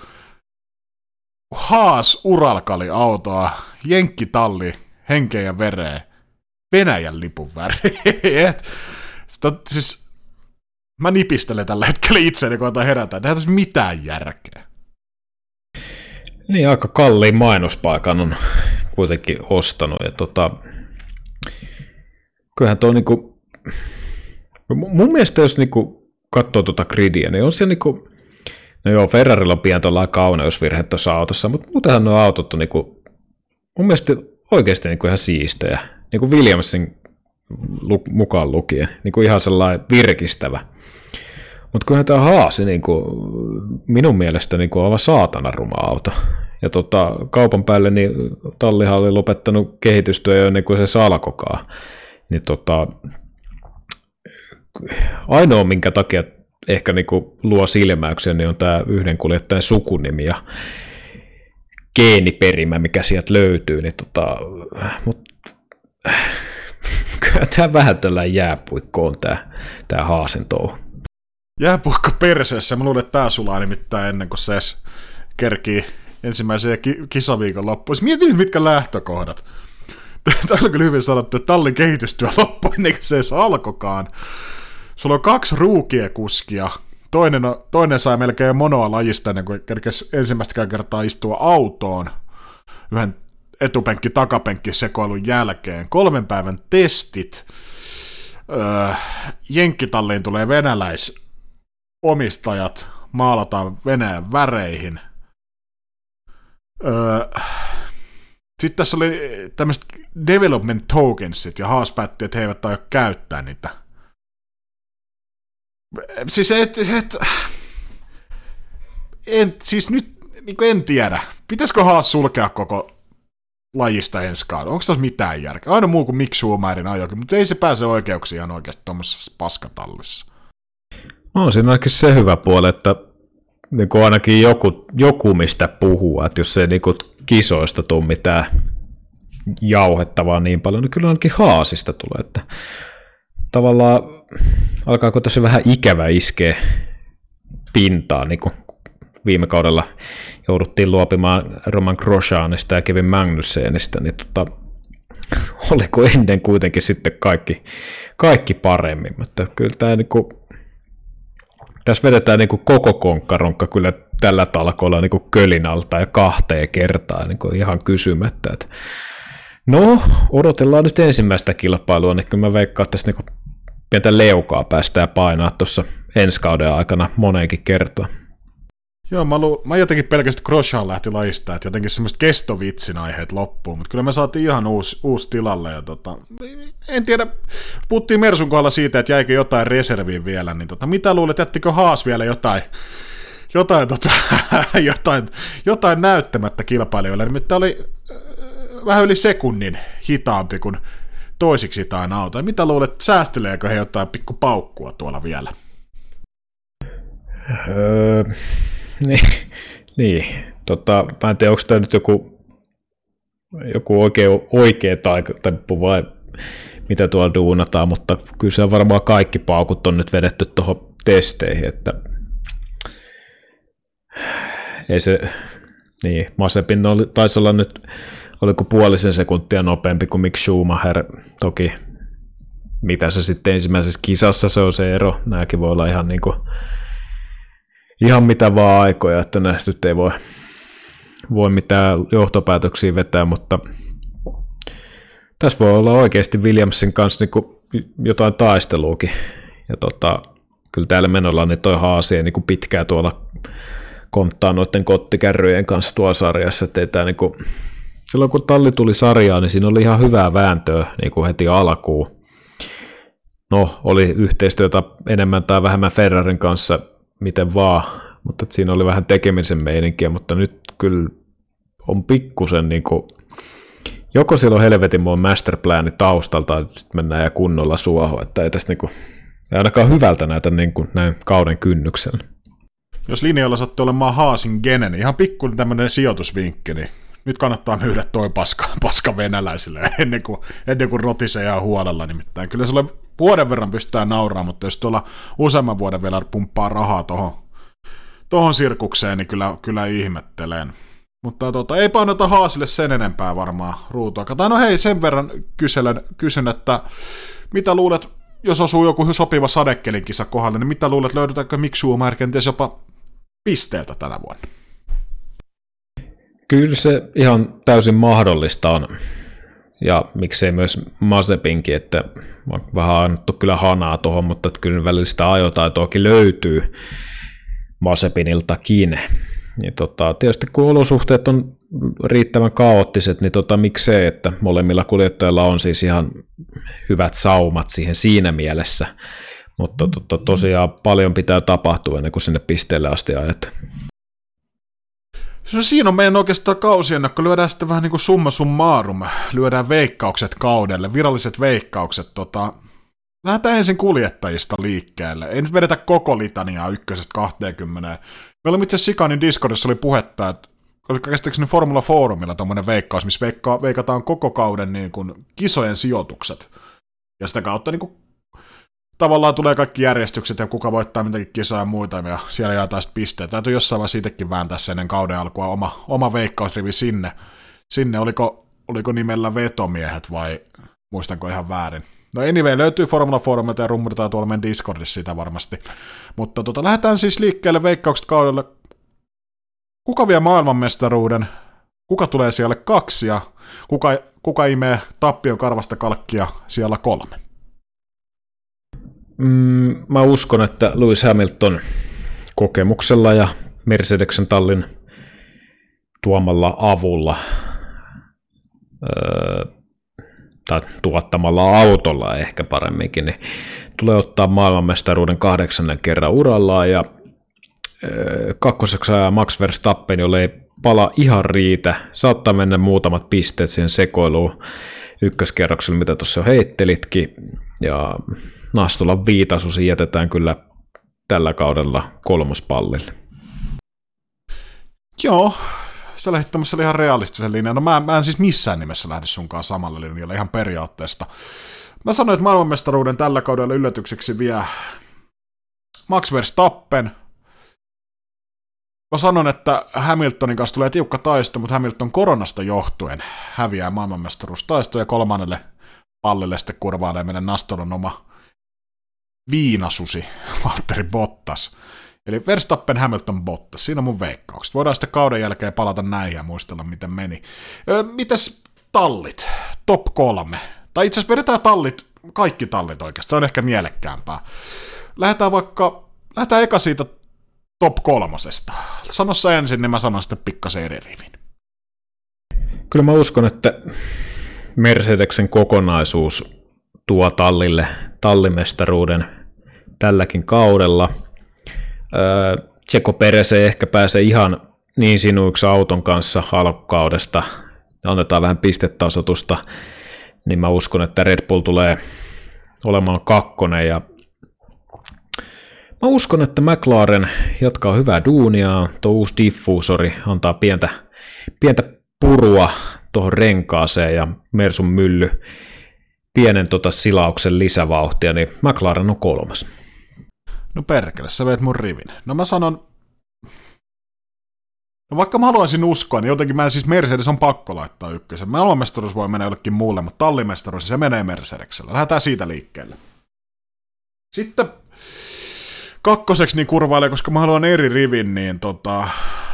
Haas Uralkali-autoa, jenkkitalli, henkeä ja vereen, Venäjän lipun väreet. Siis mä nipistelen tällä hetkellä itseäni, kun otan herätä, että eihän tässä mitään järkeä. Niin, aika kalliin mainospaikan on kuitenkin ostanut, ja tota, kyllähän tuo niinku, mun mielestä jos niinku katsoo tuota gridiä, niin on se niinku, no joo, Ferrarilla on pian tuollainen kauneusvirhe tuossa autossa, mutta muutenhan nuo autot on niinku, mun mielestä oikeasti niinku ihan siistejä, niinku Williamsin lu- mukaan lukien, niinku ihan sellainen virkistävä. Mutta kyllähän tämä Haasi niinku, minun mielestä niinku on aivan saatanan ruma auto. Ja tota, kaupan päälle niin tallihan oli lopettanut kehitystyö jo ennen kuin se salkokaan. Niin tota, ainoa minkä takia ehkä niinku luo silmäyksen, niin on tämä yhden kuljettajan sukunimi ja geeniperimä, mikä sieltä löytyy. Niin tota, mut, kyllä tämä vähän tällainen jääpuikko on tämä, tämä Haasin touhu. Jääpuikko perseessä. Mä luulen, että tää sulaa nimittäin ennen kuin se edes kerkii ensimmäisen ki- kisaviikon loppuun. Mietin nyt, mitkä lähtökohdat. Tämä on kyllä hyvin sanottu, että tallin kehitystyö loppui ennen kuin se edes alkokaan. Sulla on kaksi ruukiekuskia. Toinen, on, toinen sai melkein monoa lajista ennen kuin kerkesi ensimmäistä kertaa istua autoon yhden etupenkki-takapenkki sekoilun jälkeen. Kolmen päivän testit. Öö, Jenkkitalliin tulee venäläisomistajat, maalataan Venäjän väreihin. Öö, Sitten tässä oli tämmöiset development tokensit, ja Haas päätti, että he eivät aio käyttää niitä. Siis et, et, en, siis nyt niin en tiedä. Pitäisikö Haas sulkea koko lajista ensi kaudella? Onko tässä mitään järkeä? Aina muu kuin Mick Schumacherin ajokin, mutta ei se pääse oikeuksiin ihan oikeasti tuommoisessa paskatallissa. On siinä ainakin se hyvä puoli, että niin kuin ainakin joku, joku mistä puhua, että jos ei niin kuin kisoista tule mitään jauhettavaa niin paljon, niin kyllä ainakin Haasista tulee, että tavallaan alkaako tässä vähän ikävä iskeä pintaa, niin kuin viime kaudella jouduttiin luopimaan Roman Grosjeanista ja Kevin Magnussenista, niin tota, oliko ennen kuitenkin sitten kaikki, kaikki paremmin, mutta kyllä tämä niin kuin, tässä vedetään niin kuin koko konkkaronkka kyllä tällä talkolla niin kuin kölin alta ja kahteen kertaan niin kuin ihan kysymättä. Että no, odotellaan nyt ensimmäistä kilpailua, niin kyllä mä veikkaan, että tässä niin kuin pientä leukaa päästään painaa tuossa ensi kauden aikana moneenkin kertaan. Joo, mä, lu- mä jotenkin pelkästään Grosjean lähti lajista, että jotenkin semmoiset kestovitsin aiheet loppuun, mutta kyllä me saatiin ihan uusi, uusi tilalle, ja tota, en tiedä, puhuttiin Mersun kohdalla siitä, että jäikö jotain reserviin vielä, niin tota, mitä luulet, jättikö Haas vielä jotain, jotain, tota, jotain, jotain näyttämättä kilpailijoille, nimittäin oli äh, vähän yli sekunnin hitaampi kuin toisiksi hitaan auto, ja mitä luulet, säästeleekö he jotain pikku paukkua tuolla vielä? Öö... Niin, niin, Tota, mä en tiedä, onko tämä nyt joku, joku oikea, oikea taikatemppu vai mitä tuolla duunataan, mutta kyllä se varmaan kaikki paukut on nyt vedetty tuohon testeihin, että ei se, niin, Mazepin oli, taisi olla nyt, oliko puolisen sekuntia nopeampi kuin Mick Schumacher, toki mitä se sitten ensimmäisessä kisassa, se on se ero, nämäkin voi olla ihan, niin kuin, ihan mitä vaan aikoja, että näistä nyt ei voi, voi mitään johtopäätöksiä vetää, mutta tässä voi olla oikeasti Williamsin kanssa niin kuin jotain taisteluukin, ja tota, kyllä täällä menolla niin toi Haasi niin kuin pitkään tuolla konttaa noiden kottikärryjen kanssa tuolla sarjassa, että ei tämä niin kuin, silloin kun talli tuli sarjaan, niin siinä oli ihan hyvää vääntöä niin kuin heti alkuun. No, oli yhteistyötä enemmän tai vähemmän Ferrarin kanssa, miten vaan, mutta siinä oli vähän tekemisen meininkiä, mutta nyt kyllä on pikkusen niin kuin, joko siellä on helvetin muun masterplani taustalta, että sitten mennään ja kunnolla suohon, että ei tästä niin kuin, ei ainakaan hyvältä näitä niin kuin, näin kauden kynnyksellä. Jos linjoilla sattuu olemaan Haasin gene, niin ihan pikkuinen tämmöinen sijoitusvinkki, niin nyt kannattaa myydä toi paska, paska venäläisille ennen kuin, ennen kuin rotisee ihan huolella nimittäin. Kyllä sulle vuoden verran pystytään nauraamaan, mutta jos tuolla useamman vuoden vielä pumppaa rahaa tohon, tohon sirkukseen, niin kyllä, kyllä ihmettelen. Mutta tota, ei painota Haasille sen enempää varmaan ruutua. Tai no hei, sen verran kyselen, kysyn, että mitä luulet, jos osuu joku sopiva sadekelinkisa kohdalle, niin mitä luulet, löydetäänkö Mick Schumacher kenties jopa pisteeltä tänä vuonna? Kyllä se ihan täysin mahdollista on, ja miksei myös Mazepinkin, että vähän annettu kyllä hanaa tuohon, mutta kyllä välillä sitä ajotaitoakin löytyy Mazepiniltakin. Niin tota, tietysti kun olosuhteet on riittävän kaoottiset, niin tota, miksei, että molemmilla kuljettajilla on siis ihan hyvät saumat siihen siinä mielessä, mutta tota, tosiaan paljon pitää tapahtua ennen kuin sinne pisteelle asti ajetaan. No siinä on meidän oikeastaan kausiennakko, lyödään sitten vähän niin kuin summa summarum, lyödään veikkaukset kaudelle, viralliset veikkaukset, tota, lähdetään ensin kuljettajista liikkeelle, ei nyt vedetä koko litaniaa ykkösestä kaksikymmentä. Meillä oli itse asiassa Sikanin Discordissa oli puhetta, että oli käsittääkseni Formula Forumilla tommoinen veikkaus, missä veikka, veikataan koko kauden niin kuin kisojen sijoitukset, ja sitä kautta niin kuin tavallaan tulee kaikki järjestykset ja kuka voittaa mitäkin kisoja ja muita, ja siellä jaetaan sitten pisteet. Täytyy jossain vaiheessa siitäkin vääntää sen ennen kauden alkua oma, oma veikkausrivi sinne. Sinne oliko, oliko nimellä vetomiehet vai muistanko ihan väärin. No anyway, löytyy Formula Forumilta ja rummutetaan tuolla meidän Discordissa sitä varmasti. Mutta tota, lähdetään siis liikkeelle veikkaukset kaudelle. Kuka vie maailmanmestaruuden? Kuka tulee siellä kaksi ja kuka, kuka imee tappion karvasta kalkkia siellä kolme? Mm, mä uskon, että Lewis Hamilton kokemuksella ja Mercedesen tallin tuomalla avulla öö, tai tuottamalla autolla ehkä paremminkin, niin tulee ottaa maailmanmestaruuden kahdeksannen kerran urallaan ja öö, kakkoseksi ajaa Max Verstappen, jolle ei pala ihan riitä. Saattaa mennä muutamat pisteet siihen sekoiluun ykköskerroksella, mitä tuossa jo heittelitkin, ja Nastolan viitasusi jätetään kyllä tällä kaudella kolmospallille. Joo, sä lähdit tämmöisellä ihan realistisen linjan. No mä, mä en siis missään nimessä lähde sunkaan samalle linjalle ihan periaatteesta. Mä sanoin, että maailmanmestaruuden tällä kaudella yllätykseksi vie Max Verstappen. Mä sanon, että Hamiltonin kanssa tulee tiukka taisto, mutta Hamilton koronasta johtuen häviää maailmanmestaruustaisto ja kolmannelle pallille sitten kurvailee meidän Nastolan oma viinasusi, Valtteri Bottas. Eli Verstappen, Hamilton, Bottas. Siinä on mun veikkaukset. Voidaan sitten kauden jälkeen palata näihin ja muistella, miten meni. Öö, mitäs tallit? Top kolme. Tai itse asiassa vedetään tallit, kaikki tallit oikeastaan. Se on ehkä mielekkäämpää. Lähdetään vaikka, lähdetään eka siitä top kolmosesta. Sano sä ensin, niin mä sanon sitten pikkasen eri rivin. Kyllä mä uskon, että Mercedesen kokonaisuus tuo tallille tallimestaruuden tälläkin kaudella. Checo Perez ei ehkä pääse ihan niin sinuiksi auton kanssa alkukaudesta. Annetaan vähän pistetasotusta, niin mä uskon, että Red Bull tulee olemaan kakkonen ja mä uskon, että McLaren jatkaa hyvää duunia. Tuo uusi diffuusori antaa pientä, pientä purua tuohon renkaaseen ja Mersun mylly pienen tota silauksen lisävauhtia, niin McLaren on kolmas. No perkele, sä veit mun rivin. No mä sanon, no vaikka mä haluaisin uskoa, niin jotenkin mä siis Mercedes on pakko laittaa ykkösen. Maailmanmestaruus voi mennä jollekin muulle, mutta tallimestaruus, se menee Mercedeksellä. Lähdetään siitä liikkeelle. Sitten kakkoseksi niin kurvailee, koska mä haluan eri rivin, niin tota...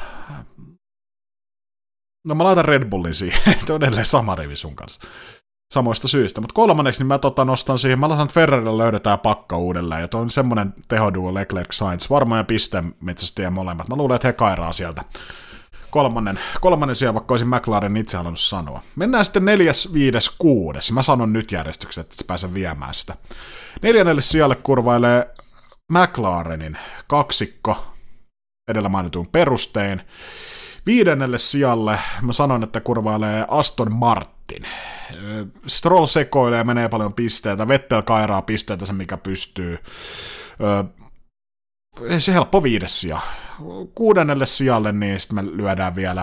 No mä laitan Red Bullin siihen, on edelleen sama rivi sun kanssa. Samoista syistä, mutta kolmanneksi niin mä tota nostan siihen, mä laitan, että Ferrarilla löydetään pakka uudelleen, ja toi on semmonen tehoduo Leclerc Sainz, varmaan pisteen metsästäjä molemmat. Mä luulen, että he kairaa sieltä kolmannen, kolmannen sijaan, vaikka olisin McLaren itse halunnut sanoa. Mennään sitten neljäs, viides, kuudes. Mä sanon nyt järjestykset, että pääsen viemään sitä. Neljännelle sijalle kurvailee McLarenin kaksikko edellä mainituin perustein. Viidennelle sijalle mä sanon, että kurvailee Aston Martin. Stroll sekoilee ja menee paljon pisteitä. Vettel kairaa pisteitä sen, mikä pystyy. Ei se helppo viides sija. Kuudennelle sijalle, niin sitten me lyödään vielä...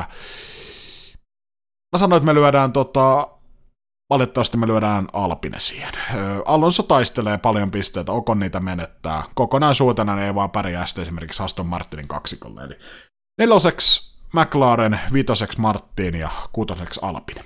Mä sanoin, että me lyödään tota... Valitettavasti me lyödään Alpine siihen. Alonso taistelee paljon pisteitä, Ocon niitä menettää. Kokonaisuutena ei vaan pärjää sitten esimerkiksi Aston Martinin kaksikolle. Eli neloseksi McLaren, viitoseksi Martin ja kuutoseksi Alpine.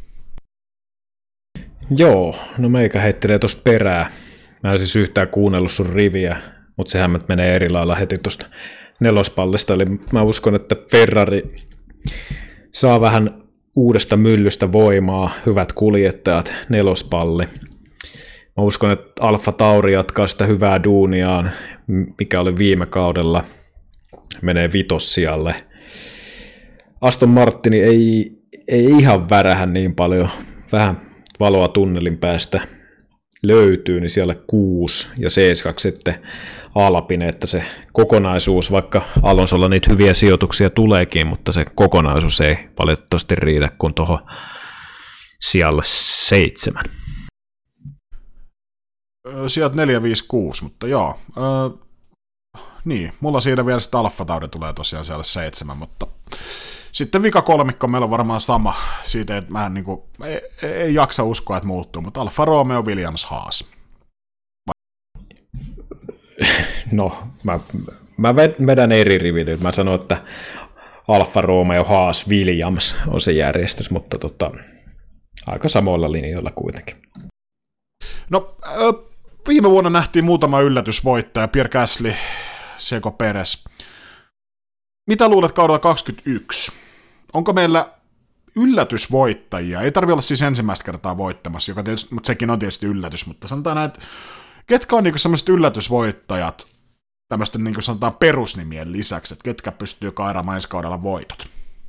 Joo, no meikä heittelee tosta perää. Mä en siis yhtään kuunnellut sun riviä, mutta sehän nyt menee eri lailla heti tosta nelospallista. Eli mä uskon, että Ferrari saa vähän uudesta myllystä voimaa, hyvät kuljettajat, nelospalli. Mä uskon, että Alfa Tauri jatkaa sitä hyvää duuniaan, mikä oli viime kaudella, menee vitossijalle. Aston Martini ei, ei ihan värähä niin paljon, vähän valoa tunnelin päästä löytyy, niin siellä kuusi ja seitsemäksi sitten Alpine, että se kokonaisuus, vaikka Alonsolla niitä hyviä sijoituksia tuleekin, mutta se kokonaisuus ei valitettavasti riitä kuin tuohon sijalle seitsemän. Sijat neljä, viisi, kuusi, mutta joo. Öö, niin, mulla siinä vielä sitten Alfa Tauri tulee tosiaan siellä seitsemän, mutta sitten vika kolmikko meillä on varmaan sama siitä, että mä en, niin kuin, ei, ei jaksa uskoa, että muuttuu, mutta Alfa Romeo, Williams, Haas. No, mä, mä vedän eri rivit. Mä sanon, että Alfa Romeo, Haas, Williams on se järjestys, mutta tota, aika samoilla linjoilla kuitenkin. No, viime vuonna nähtiin muutama yllätysvoittaja, Pierre Gasly, Checo Perez. Mitä luulet kaudella kaksikymmentäyksi? Onko meillä yllätysvoittajia? Ei tarvitse olla siis ensimmäistä kertaa voittamassa, joka tietysti, mutta sekin on tietysti yllätys, mutta sanotaan näin, että ketkä on niinku sellaiset yllätysvoittajat tämmöisten niinku sanotaan perusnimien lisäksi, että ketkä pystyy kairaamaan ensi kaudella voitot?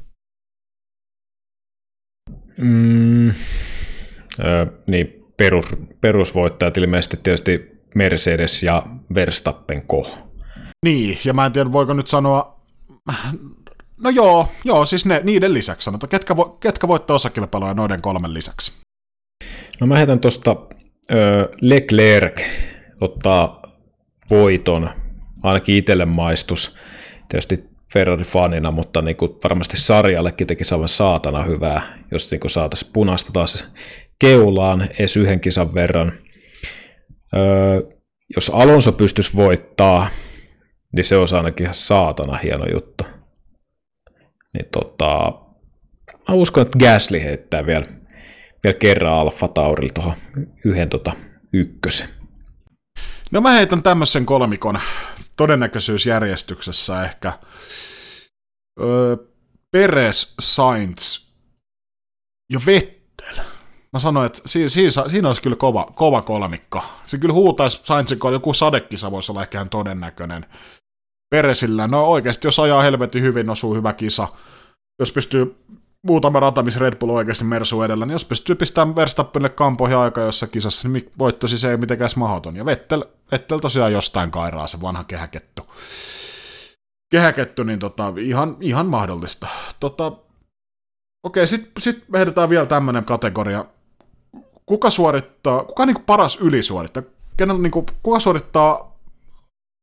Mm, ö, niin, perus, perusvoittajat ilmeisesti tietysti Mercedes ja Verstappen ko. Niin, ja mä en tiedä, voiko nyt sanoa, no joo, joo siis ne, niiden lisäksi sanotaan, ketkä, vo, ketkä voittaa osakilpailuja noiden kolmen lisäksi? No mä heitän tuosta Leclerc ottaa voiton, ainakin itselle maistus, tietysti Ferrari-fanina, mutta niin kuin varmasti sarjallekin teki aivan saatana hyvää, jos niin saataisiin punaista taas keulaan edes yhden kisan verran. Öö, jos Alonso pystyisi voittaa, niin se olisi ainakin ihan saatana hieno juttu. Niin tota, mä uskon, että Gasly heittää vielä, vielä kerran Alfa Taurilla tuohon yhden tota ykkösen. No mä heitän tämmöisen kolmikon todennäköisyysjärjestyksessä ehkä. Öö, Perez, Sainz ja Vettel. Mä sanoin, että siinä, siinä, siinä olisi kyllä kova, kova kolmikko. Se kyllä huutaisi Sainzin, kun joku sadekisa voisi olla ehkä ihan todennäköinen. Perezillä, no oikeasti jos ajaa helvetin hyvin, osuu hyvä kisa. Jos pystyy muutama rata, missä Red Bull oikeasti Mersu edellä, niin jos pystyy pistämään Verstappenille kampoihin aika jossain kisassa, niin voitto siis ei mitenkään mahdoton. Ja Vettel, Vettel tosiaan jostain kairaa, se vanha kehäkettu. Kehäkettu, niin tota, ihan, ihan mahdollista. Tota, okei, sitten sit me heitetään vielä tämmöinen kategoria. Kuka suorittaa, kuka on niin paras ylisuorittaja? Kenellä, niin kuin, kuka suorittaa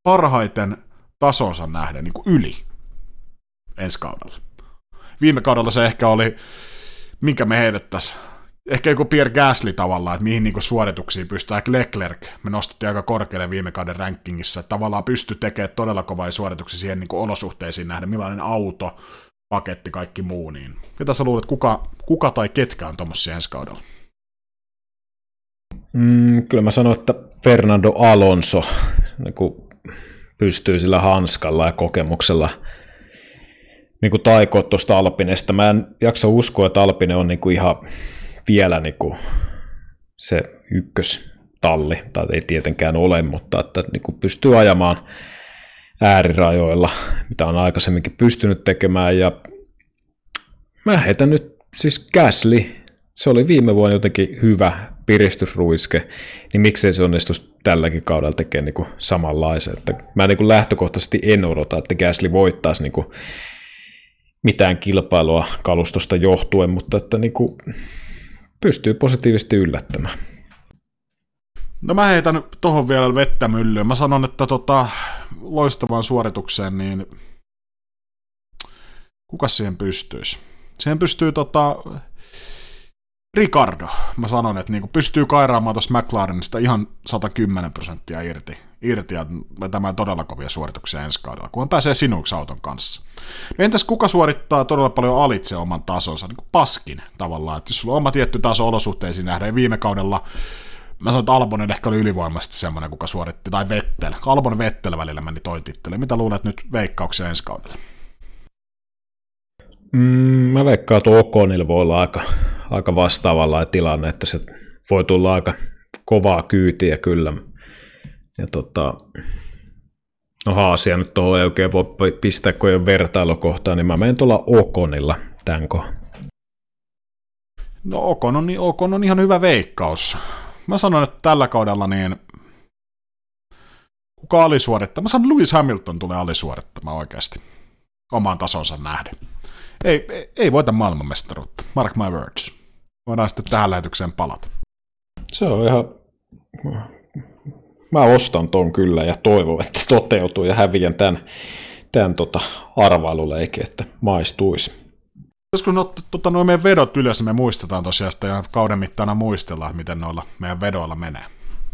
parhaiten tasonsa nähden niin kuin yli ensi kaudella. Viime kaudella se ehkä oli, minkä me heidettäisiin, ehkä joku Pierre Gasly tavallaan, että mihin niinku suorituksiin pystyy, ehkä Leclerc, me nostettiin aika korkealle viime kauden rankingissa, että tavallaan pystyy tekemään todella kovia suorituksia siihen niinku olosuhteisiin nähden, millainen auto, paketti, kaikki muu, niin mitä sä luulet, kuka, kuka tai ketkä on tuommoisia ensi kaudella? Mm, kyllä mä sanon, että Fernando Alonso niin pystyy sillä hanskalla ja kokemuksella niin kuin taikoa tuosta Alpinesta. Mä en jaksa uskoa, että Alpine on niin kuin ihan vielä niin kuin se ykköstalli, tai ei tietenkään ole, mutta että niin kuin pystyy ajamaan äärirajoilla, mitä on aikaisemminkin pystynyt tekemään. Ja mä heitän nyt siis Gasly, se oli viime vuonna jotenkin hyvä piristysruiske, niin miksei se onnistuisi tälläkin kaudella tekemään niin kuin samanlaisen. Että mä niin kuin lähtökohtaisesti en odota, että Gasly voittaisi niin kuin mitään kilpailua kalustosta johtuen, mutta että niin kuin pystyy positiivisesti yllättämään. No mä heitän tohon vielä vettä myllyyn. Mä sanon, että tota, loistavaan suoritukseen, niin kuka siihen pystyisi? Siihen pystyy tota Ricardo. Mä sanon, että niinku pystyy kairaamaan tuosta McLarenista ihan sata kymmenen prosenttia irti, irti ja vetämään todella kovia suorituksia ensi kaudella, kun pääsee sinuiksi auton kanssa. No entäs kuka suorittaa todella paljon alitse oman tasonsa? Niin kuin Paskin tavallaan, että jos sulla on oma tietty taso olosuhteisiin nähdään, viime kaudella mä sanon, että Albonen ehkä oli ylivoimaisesti semmoinen, kuka suoritti, tai Vettel. Albon Vettel välillä meni toi titteli. Mitä luulet nyt veikkauksia ensi kaudella? Mm, mä veikkaan, että Oconilla voi olla aika, aika vastaavalla tilanne, että se voi tulla aika kovaa kyytiä kyllä. Ja tota, no Haasia nyt tuohon ei oikein voi pistää, kun ei ole vertailukohtaa, niin mä menen tuolla Oconilla tämän kohdan. No Ocon on, Ocon on ihan hyvä veikkaus. Mä sanon, että tällä kaudella niin kuka alisuorittaa? Mä sanon, Lewis Hamilton tulee alisuorittamaan oikeasti omaan tasonsa nähden. Ei, ei, ei voita maailmanmestaruutta. Mark my words. Voidaan sitten tähän lähetykseen palata. Se on ihan... Mä ostan ton kyllä ja toivon, että toteutuu ja häviän tämän, tämän tota arvailuleikin, että maistuisi. Jos kun ottaa tota, nuo meidän vedot ylös, niin me muistetaan tosiaan sitä ja kauden mittaana muistellaan, miten noilla meidän vedoilla menee.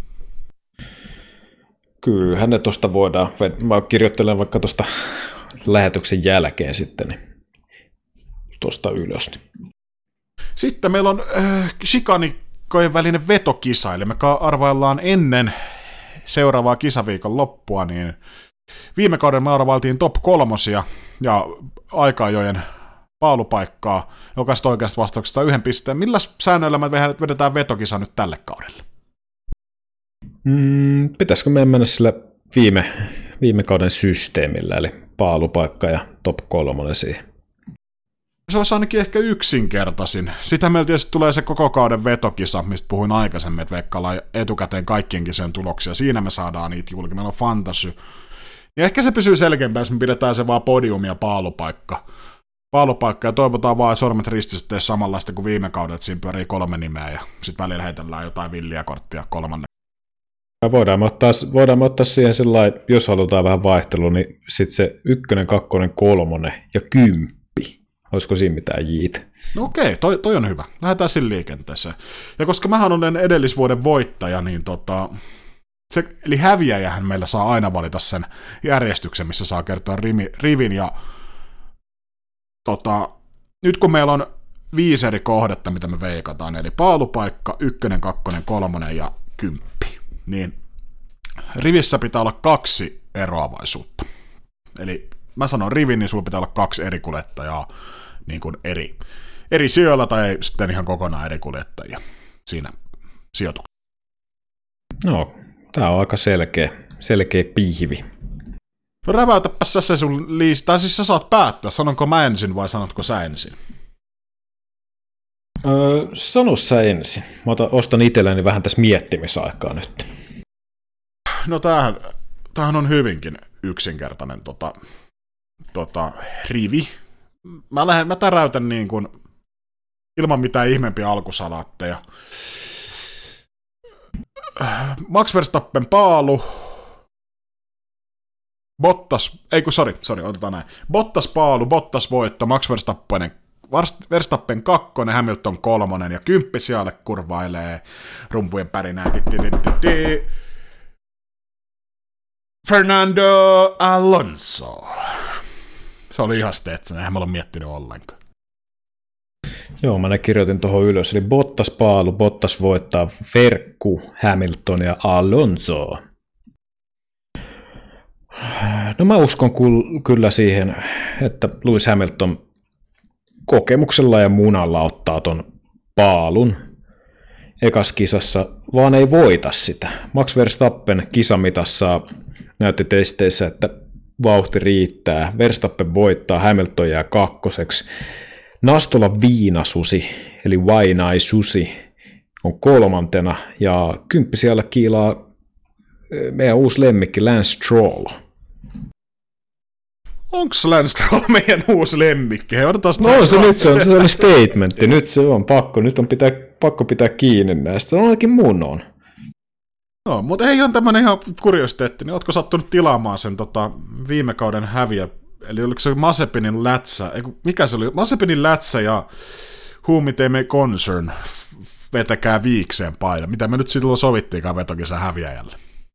Kyllähän ne tuosta voidaan, mä kirjoittelen vaikka tuosta lähetyksen jälkeen sitten, niin tuosta ylös. Sitten meillä on äh, shikanikkojen välinen vetokisa, eli me arvaillaan ennen seuraavaa kisaviikon loppua, niin viime kauden me arvailtiin top kolmosia ja aika-ajojen paalupaikkaa, jokaista oikeasta vastauksesta yhden pisteen. Millä säännöillä me vedetään vetokisa nyt tälle kaudelle? Mm, pitäisikö meidän mennä sillä viime, viime kauden systeemillä, eli paalupaikka ja top kolmonen siihen? Se olisi ainakin ehkä yksinkertaisin. Sitä meillä tietysti tulee se koko kauden vetokisa, mistä puhuin aikaisemmin, että veikkaillaan etukäteen kaikkien kisojen tuloksia. Siinä me saadaan niitä julki. Meillä on fantasy. Ja ehkä se pysyy selkeämpää, jos me pidetään se vaan podium ja paalupaikka. Paalupaikka ja toivotaan vaan sormet ristissä tee samanlaista kuin viime kaudella, että siinä pyörii kolme nimeä ja sitten välillä heitellään jotain villiä korttia kolmannen. Voidaan ottaa, voidaan ottaa siihen sellainen, jos halutaan vähän vaihtelua, niin sitten se ykkönen, kakkonen, kolmonen ja kymppi. Olisiko siinä mitään jiitä? No okei, toi, toi on hyvä. Lähdetään sillä liikenteeseen. Ja koska mähän olen edellisvuoden voittaja, niin tota, se, eli häviäjähän meillä saa aina valita sen järjestyksen, missä saa kertoa rimi, rivin. Ja tota, nyt kun meillä on viisi eri kohdetta, mitä me veikataan, eli paalupaikka, ykkönen, kakkonen, kolmonen ja kymppi, niin rivissä pitää olla kaksi eroavaisuutta. Eli mä sanon rivin, niin sulla pitää olla kaksi eri kuljettajaa niin kuin eri, eri sijoilla tai sitten ihan kokonaan eri kuljettajia siinä sijoituksessa. No, tää on aika selkeä, selkeä pihvi. No räväytäpäs sä se sun liista, tai siis sä saat päättää, sanonko mä ensin vai sanotko sä ensin? Öö, sano sä ensin. Mä otan, ostan itselleni vähän tässä miettimisaikaa nyt. No tämähän, tämähän on hyvinkin yksinkertainen tota, tota, rivi. Mä, lähden, mä täräytän niin kuin ilman mitään ihmeempiä alkusalaatteja. Max Verstappen paalu, Bottas, ei kun sori, sori, otetaan näin. Bottas paalu, Bottas voitto, Max Verstappen, Verstappen kakkonen, Hamilton kolmonen ja kymppi sijalle kurvailee rumpujen pärinää. Di, di, di, di, di. Fernando Alonso. Se oli ihan steetsen, eihän mä ole miettinyt ollenkaan. Joo, mä ne kirjoitin tuohon ylös, eli Bottas paalu, Bottas voittaa, Verkku, Hamilton ja Alonso. No mä uskon kyllä siihen, että Lewis Hamilton kokemuksella ja munalla ottaa ton paalun ekas kisassa, vaan ei voita sitä. Max Verstappen kisamitassa näytti testeissä, että vauhti riittää. Verstappen voittaa, Hamilton jää kakkoseksi. Nastola Viinasusi, eli Vainai Susi, on kolmantena, ja kymppi siellä kiilaa meidän uusi lemmikki Lance Stroll. Onko Lance Stroll meidän uusi lemmikki? Hei, no se nyt se on, se oli statementti, nyt se on pakko, nyt on pitää, pakko pitää kiinni näistä, on ainakin mun on. No, mutta hei, on tämmöinen ihan kuriositeetti, niin ootko sattunut tilaamaan sen tota, viime kauden häviä, eli oliko se Mazepinin lätsä, ei, mikä se oli, Mazepinin lätsä ja Whom It May Concern, vetäkää viikseen paina, mitä me nyt silloin sovittiinkaan vetokisän häviäjälle.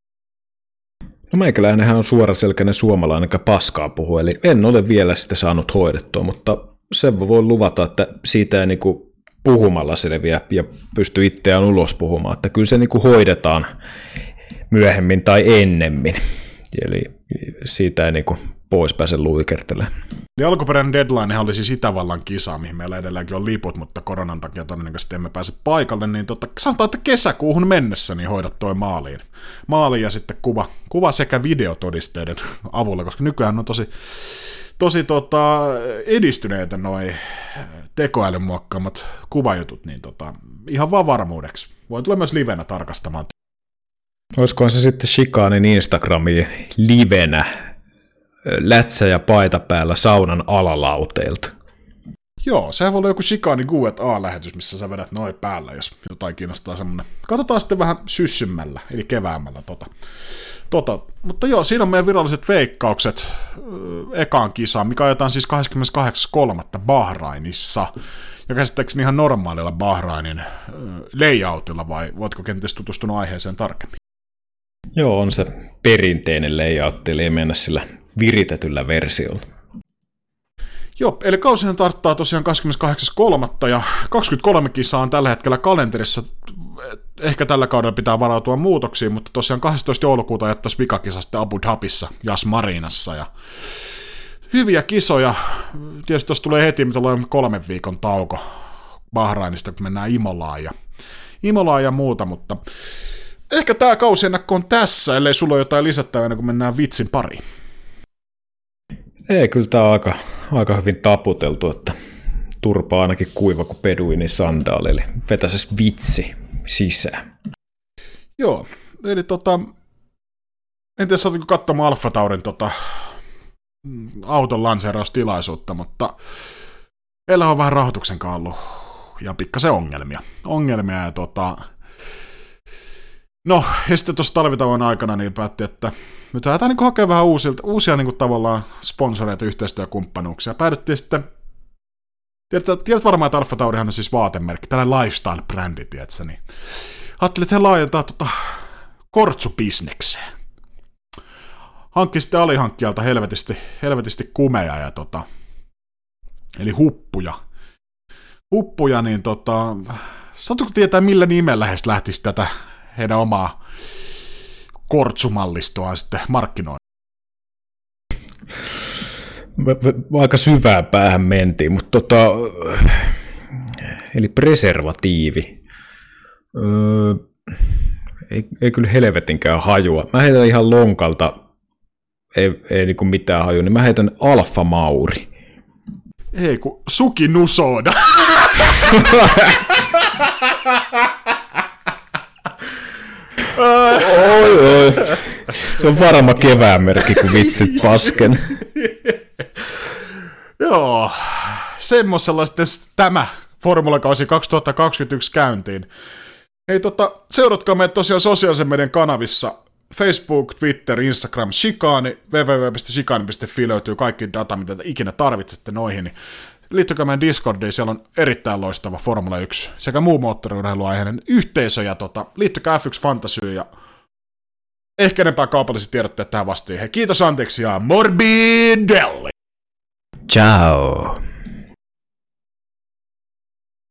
No meikäläinenhän on suoraselkäinen suomalainen, joka paskaa puhuu, eli en ole vielä sitä saanut hoidettua, mutta sen voi luvata, että siitä ei niinku puhumalla selviä ja pystyy itseään ulos puhumaan, että kyllä se niinku hoidetaan myöhemmin tai ennemmin, eli siitä ei niinku pois pääse luikertelemaan. Eli alkuperäinen deadline oli siis Itävallan kisa, mihin meillä edelläkin on liput, mutta koronan takia todennäköisesti emme pääse paikalle, niin tota, sanotaan, että kesäkuuhun mennessä niin hoidat toi maaliin. Maaliin ja sitten kuva, kuva sekä videotodisteiden avulla, koska nykyään on tosi, tosi tota, edistyneitä noi tekoälyn muokkaamat kuvajutut, niin tota, ihan vaan varmuudeksi. Voi tulla myös livenä tarkastamaan. Olisikohan se sitten Chikanin Instagramiin livenä, lätsä ja paita päällä saunan alalauteilta. Joo, sehän voi olla joku Chicani Q and A-lähetys, missä sä vedät noin päällä, jos jotain kiinnostaa semmoinen. Katsotaan sitten vähän syssymmällä, eli keväämällä tota. tota. Mutta joo, siinä on meidän viralliset veikkaukset ekaan kisaan, mikä ajetaan siis kahdeskymmeneskahdeksas kolmatta Bahrainissa. Ja käsittääkseni ihan normaalilla Bahrainin layoutilla, vai voitko kenties tutustunut aiheeseen tarkemmin? Joo, on se perinteinen layout, eli ei mennä sillä viritetyllä versiolla. Joo, eli kausihan tarttaa tosiaan kahdeskymmeneskahdeksas kolmatta ja kaksikymmentäkolme kisaa on tällä hetkellä kalenterissa. Ehkä tällä kaudella pitää varautua muutoksiin, mutta tosiaan kahdestoista joulukuuta ajattaisiin vikakisa sitten Abu Dhabissa, Yas Marinassa. Ja hyviä kisoja. Tietysti tuossa tulee heti, mitä tulee kolmen viikon tauko Bahrainista, kun mennään Imolaan ja, Imolaan ja muuta, mutta ehkä tämä kausiennakko on tässä, ellei sulla ole jotain lisättävää, kun mennään vitsin pariin. Ei, kyllä tämä on aika, aika hyvin taputeltu, että turpa ainakin kuiva kuin peduinin sandaali, eli vetäisi vitsi sisään. Joo, eli tota, en tiedä saatko katsomaan Alfa Taurin tota, auton lanseeraustilaisuutta, mutta meillä on vähän rahoituksen kanssa ollut ja pikkasen ongelmia. Ongelmia ja tota, no, ja sitten tuossa talvitauon aikana niin päätti, että nyt lähdetään niin hakemaan vähän uusilta, uusia niin tavallaan sponsoreita, yhteistyökumppanuuksia. Päädyttiin sitten, tiedät, tiedät varmaan, että Alfa Taurihan on siis vaatemerkki, tällainen lifestyle-brändi, tiedätkö, niin ajattelin, että he laajentaa tota kortsubisnekseen. Hankki sitten alihankkijalta helvetisti, helvetisti kumeja, ja tota, eli huppuja. Huppuja, niin tota, saatko tietää, millä nimellä heistä lähtisi tätä heidän omaa kortsumallistoaan sitten markkinoida? Aika syvään päähän mentiin, mutta tota, eli preservatiivi. Öö, ei, ei kyllä helvetinkään hajua. Mä heitän ihan lonkalta, ei, ei niinku mitään hajua, niin mä heitän Alfa Mauri. Ei kun Suki Nusoda. Oi, oi. Se on varma kevään merkki, kun vitsit pasken. Joo, semmoisella sitten tämä formulakausi kaksituhattakaksikymmentäyksi käyntiin. Hei tota, seuratkaa meitä tosiaan sosiaalisen median kanavissa. Facebook, Twitter, Instagram, Shikaani, double-u double-u double-u piste shikaani piste fi löytyy kaikki data, mitä te ikinä tarvitsette noihin, niin liittykää meidän Discordiin, siellä on erittäin loistava Formula yksi sekä muu moottoriurheiluaiheinen yhteisö, ja tota, liittykää F yksi Fantasyyn, ja ehkä enempää kaupalliset tiedotteet tähän vastiin. Hei, kiitos, anteeksi, ja morbidelli! Ciao!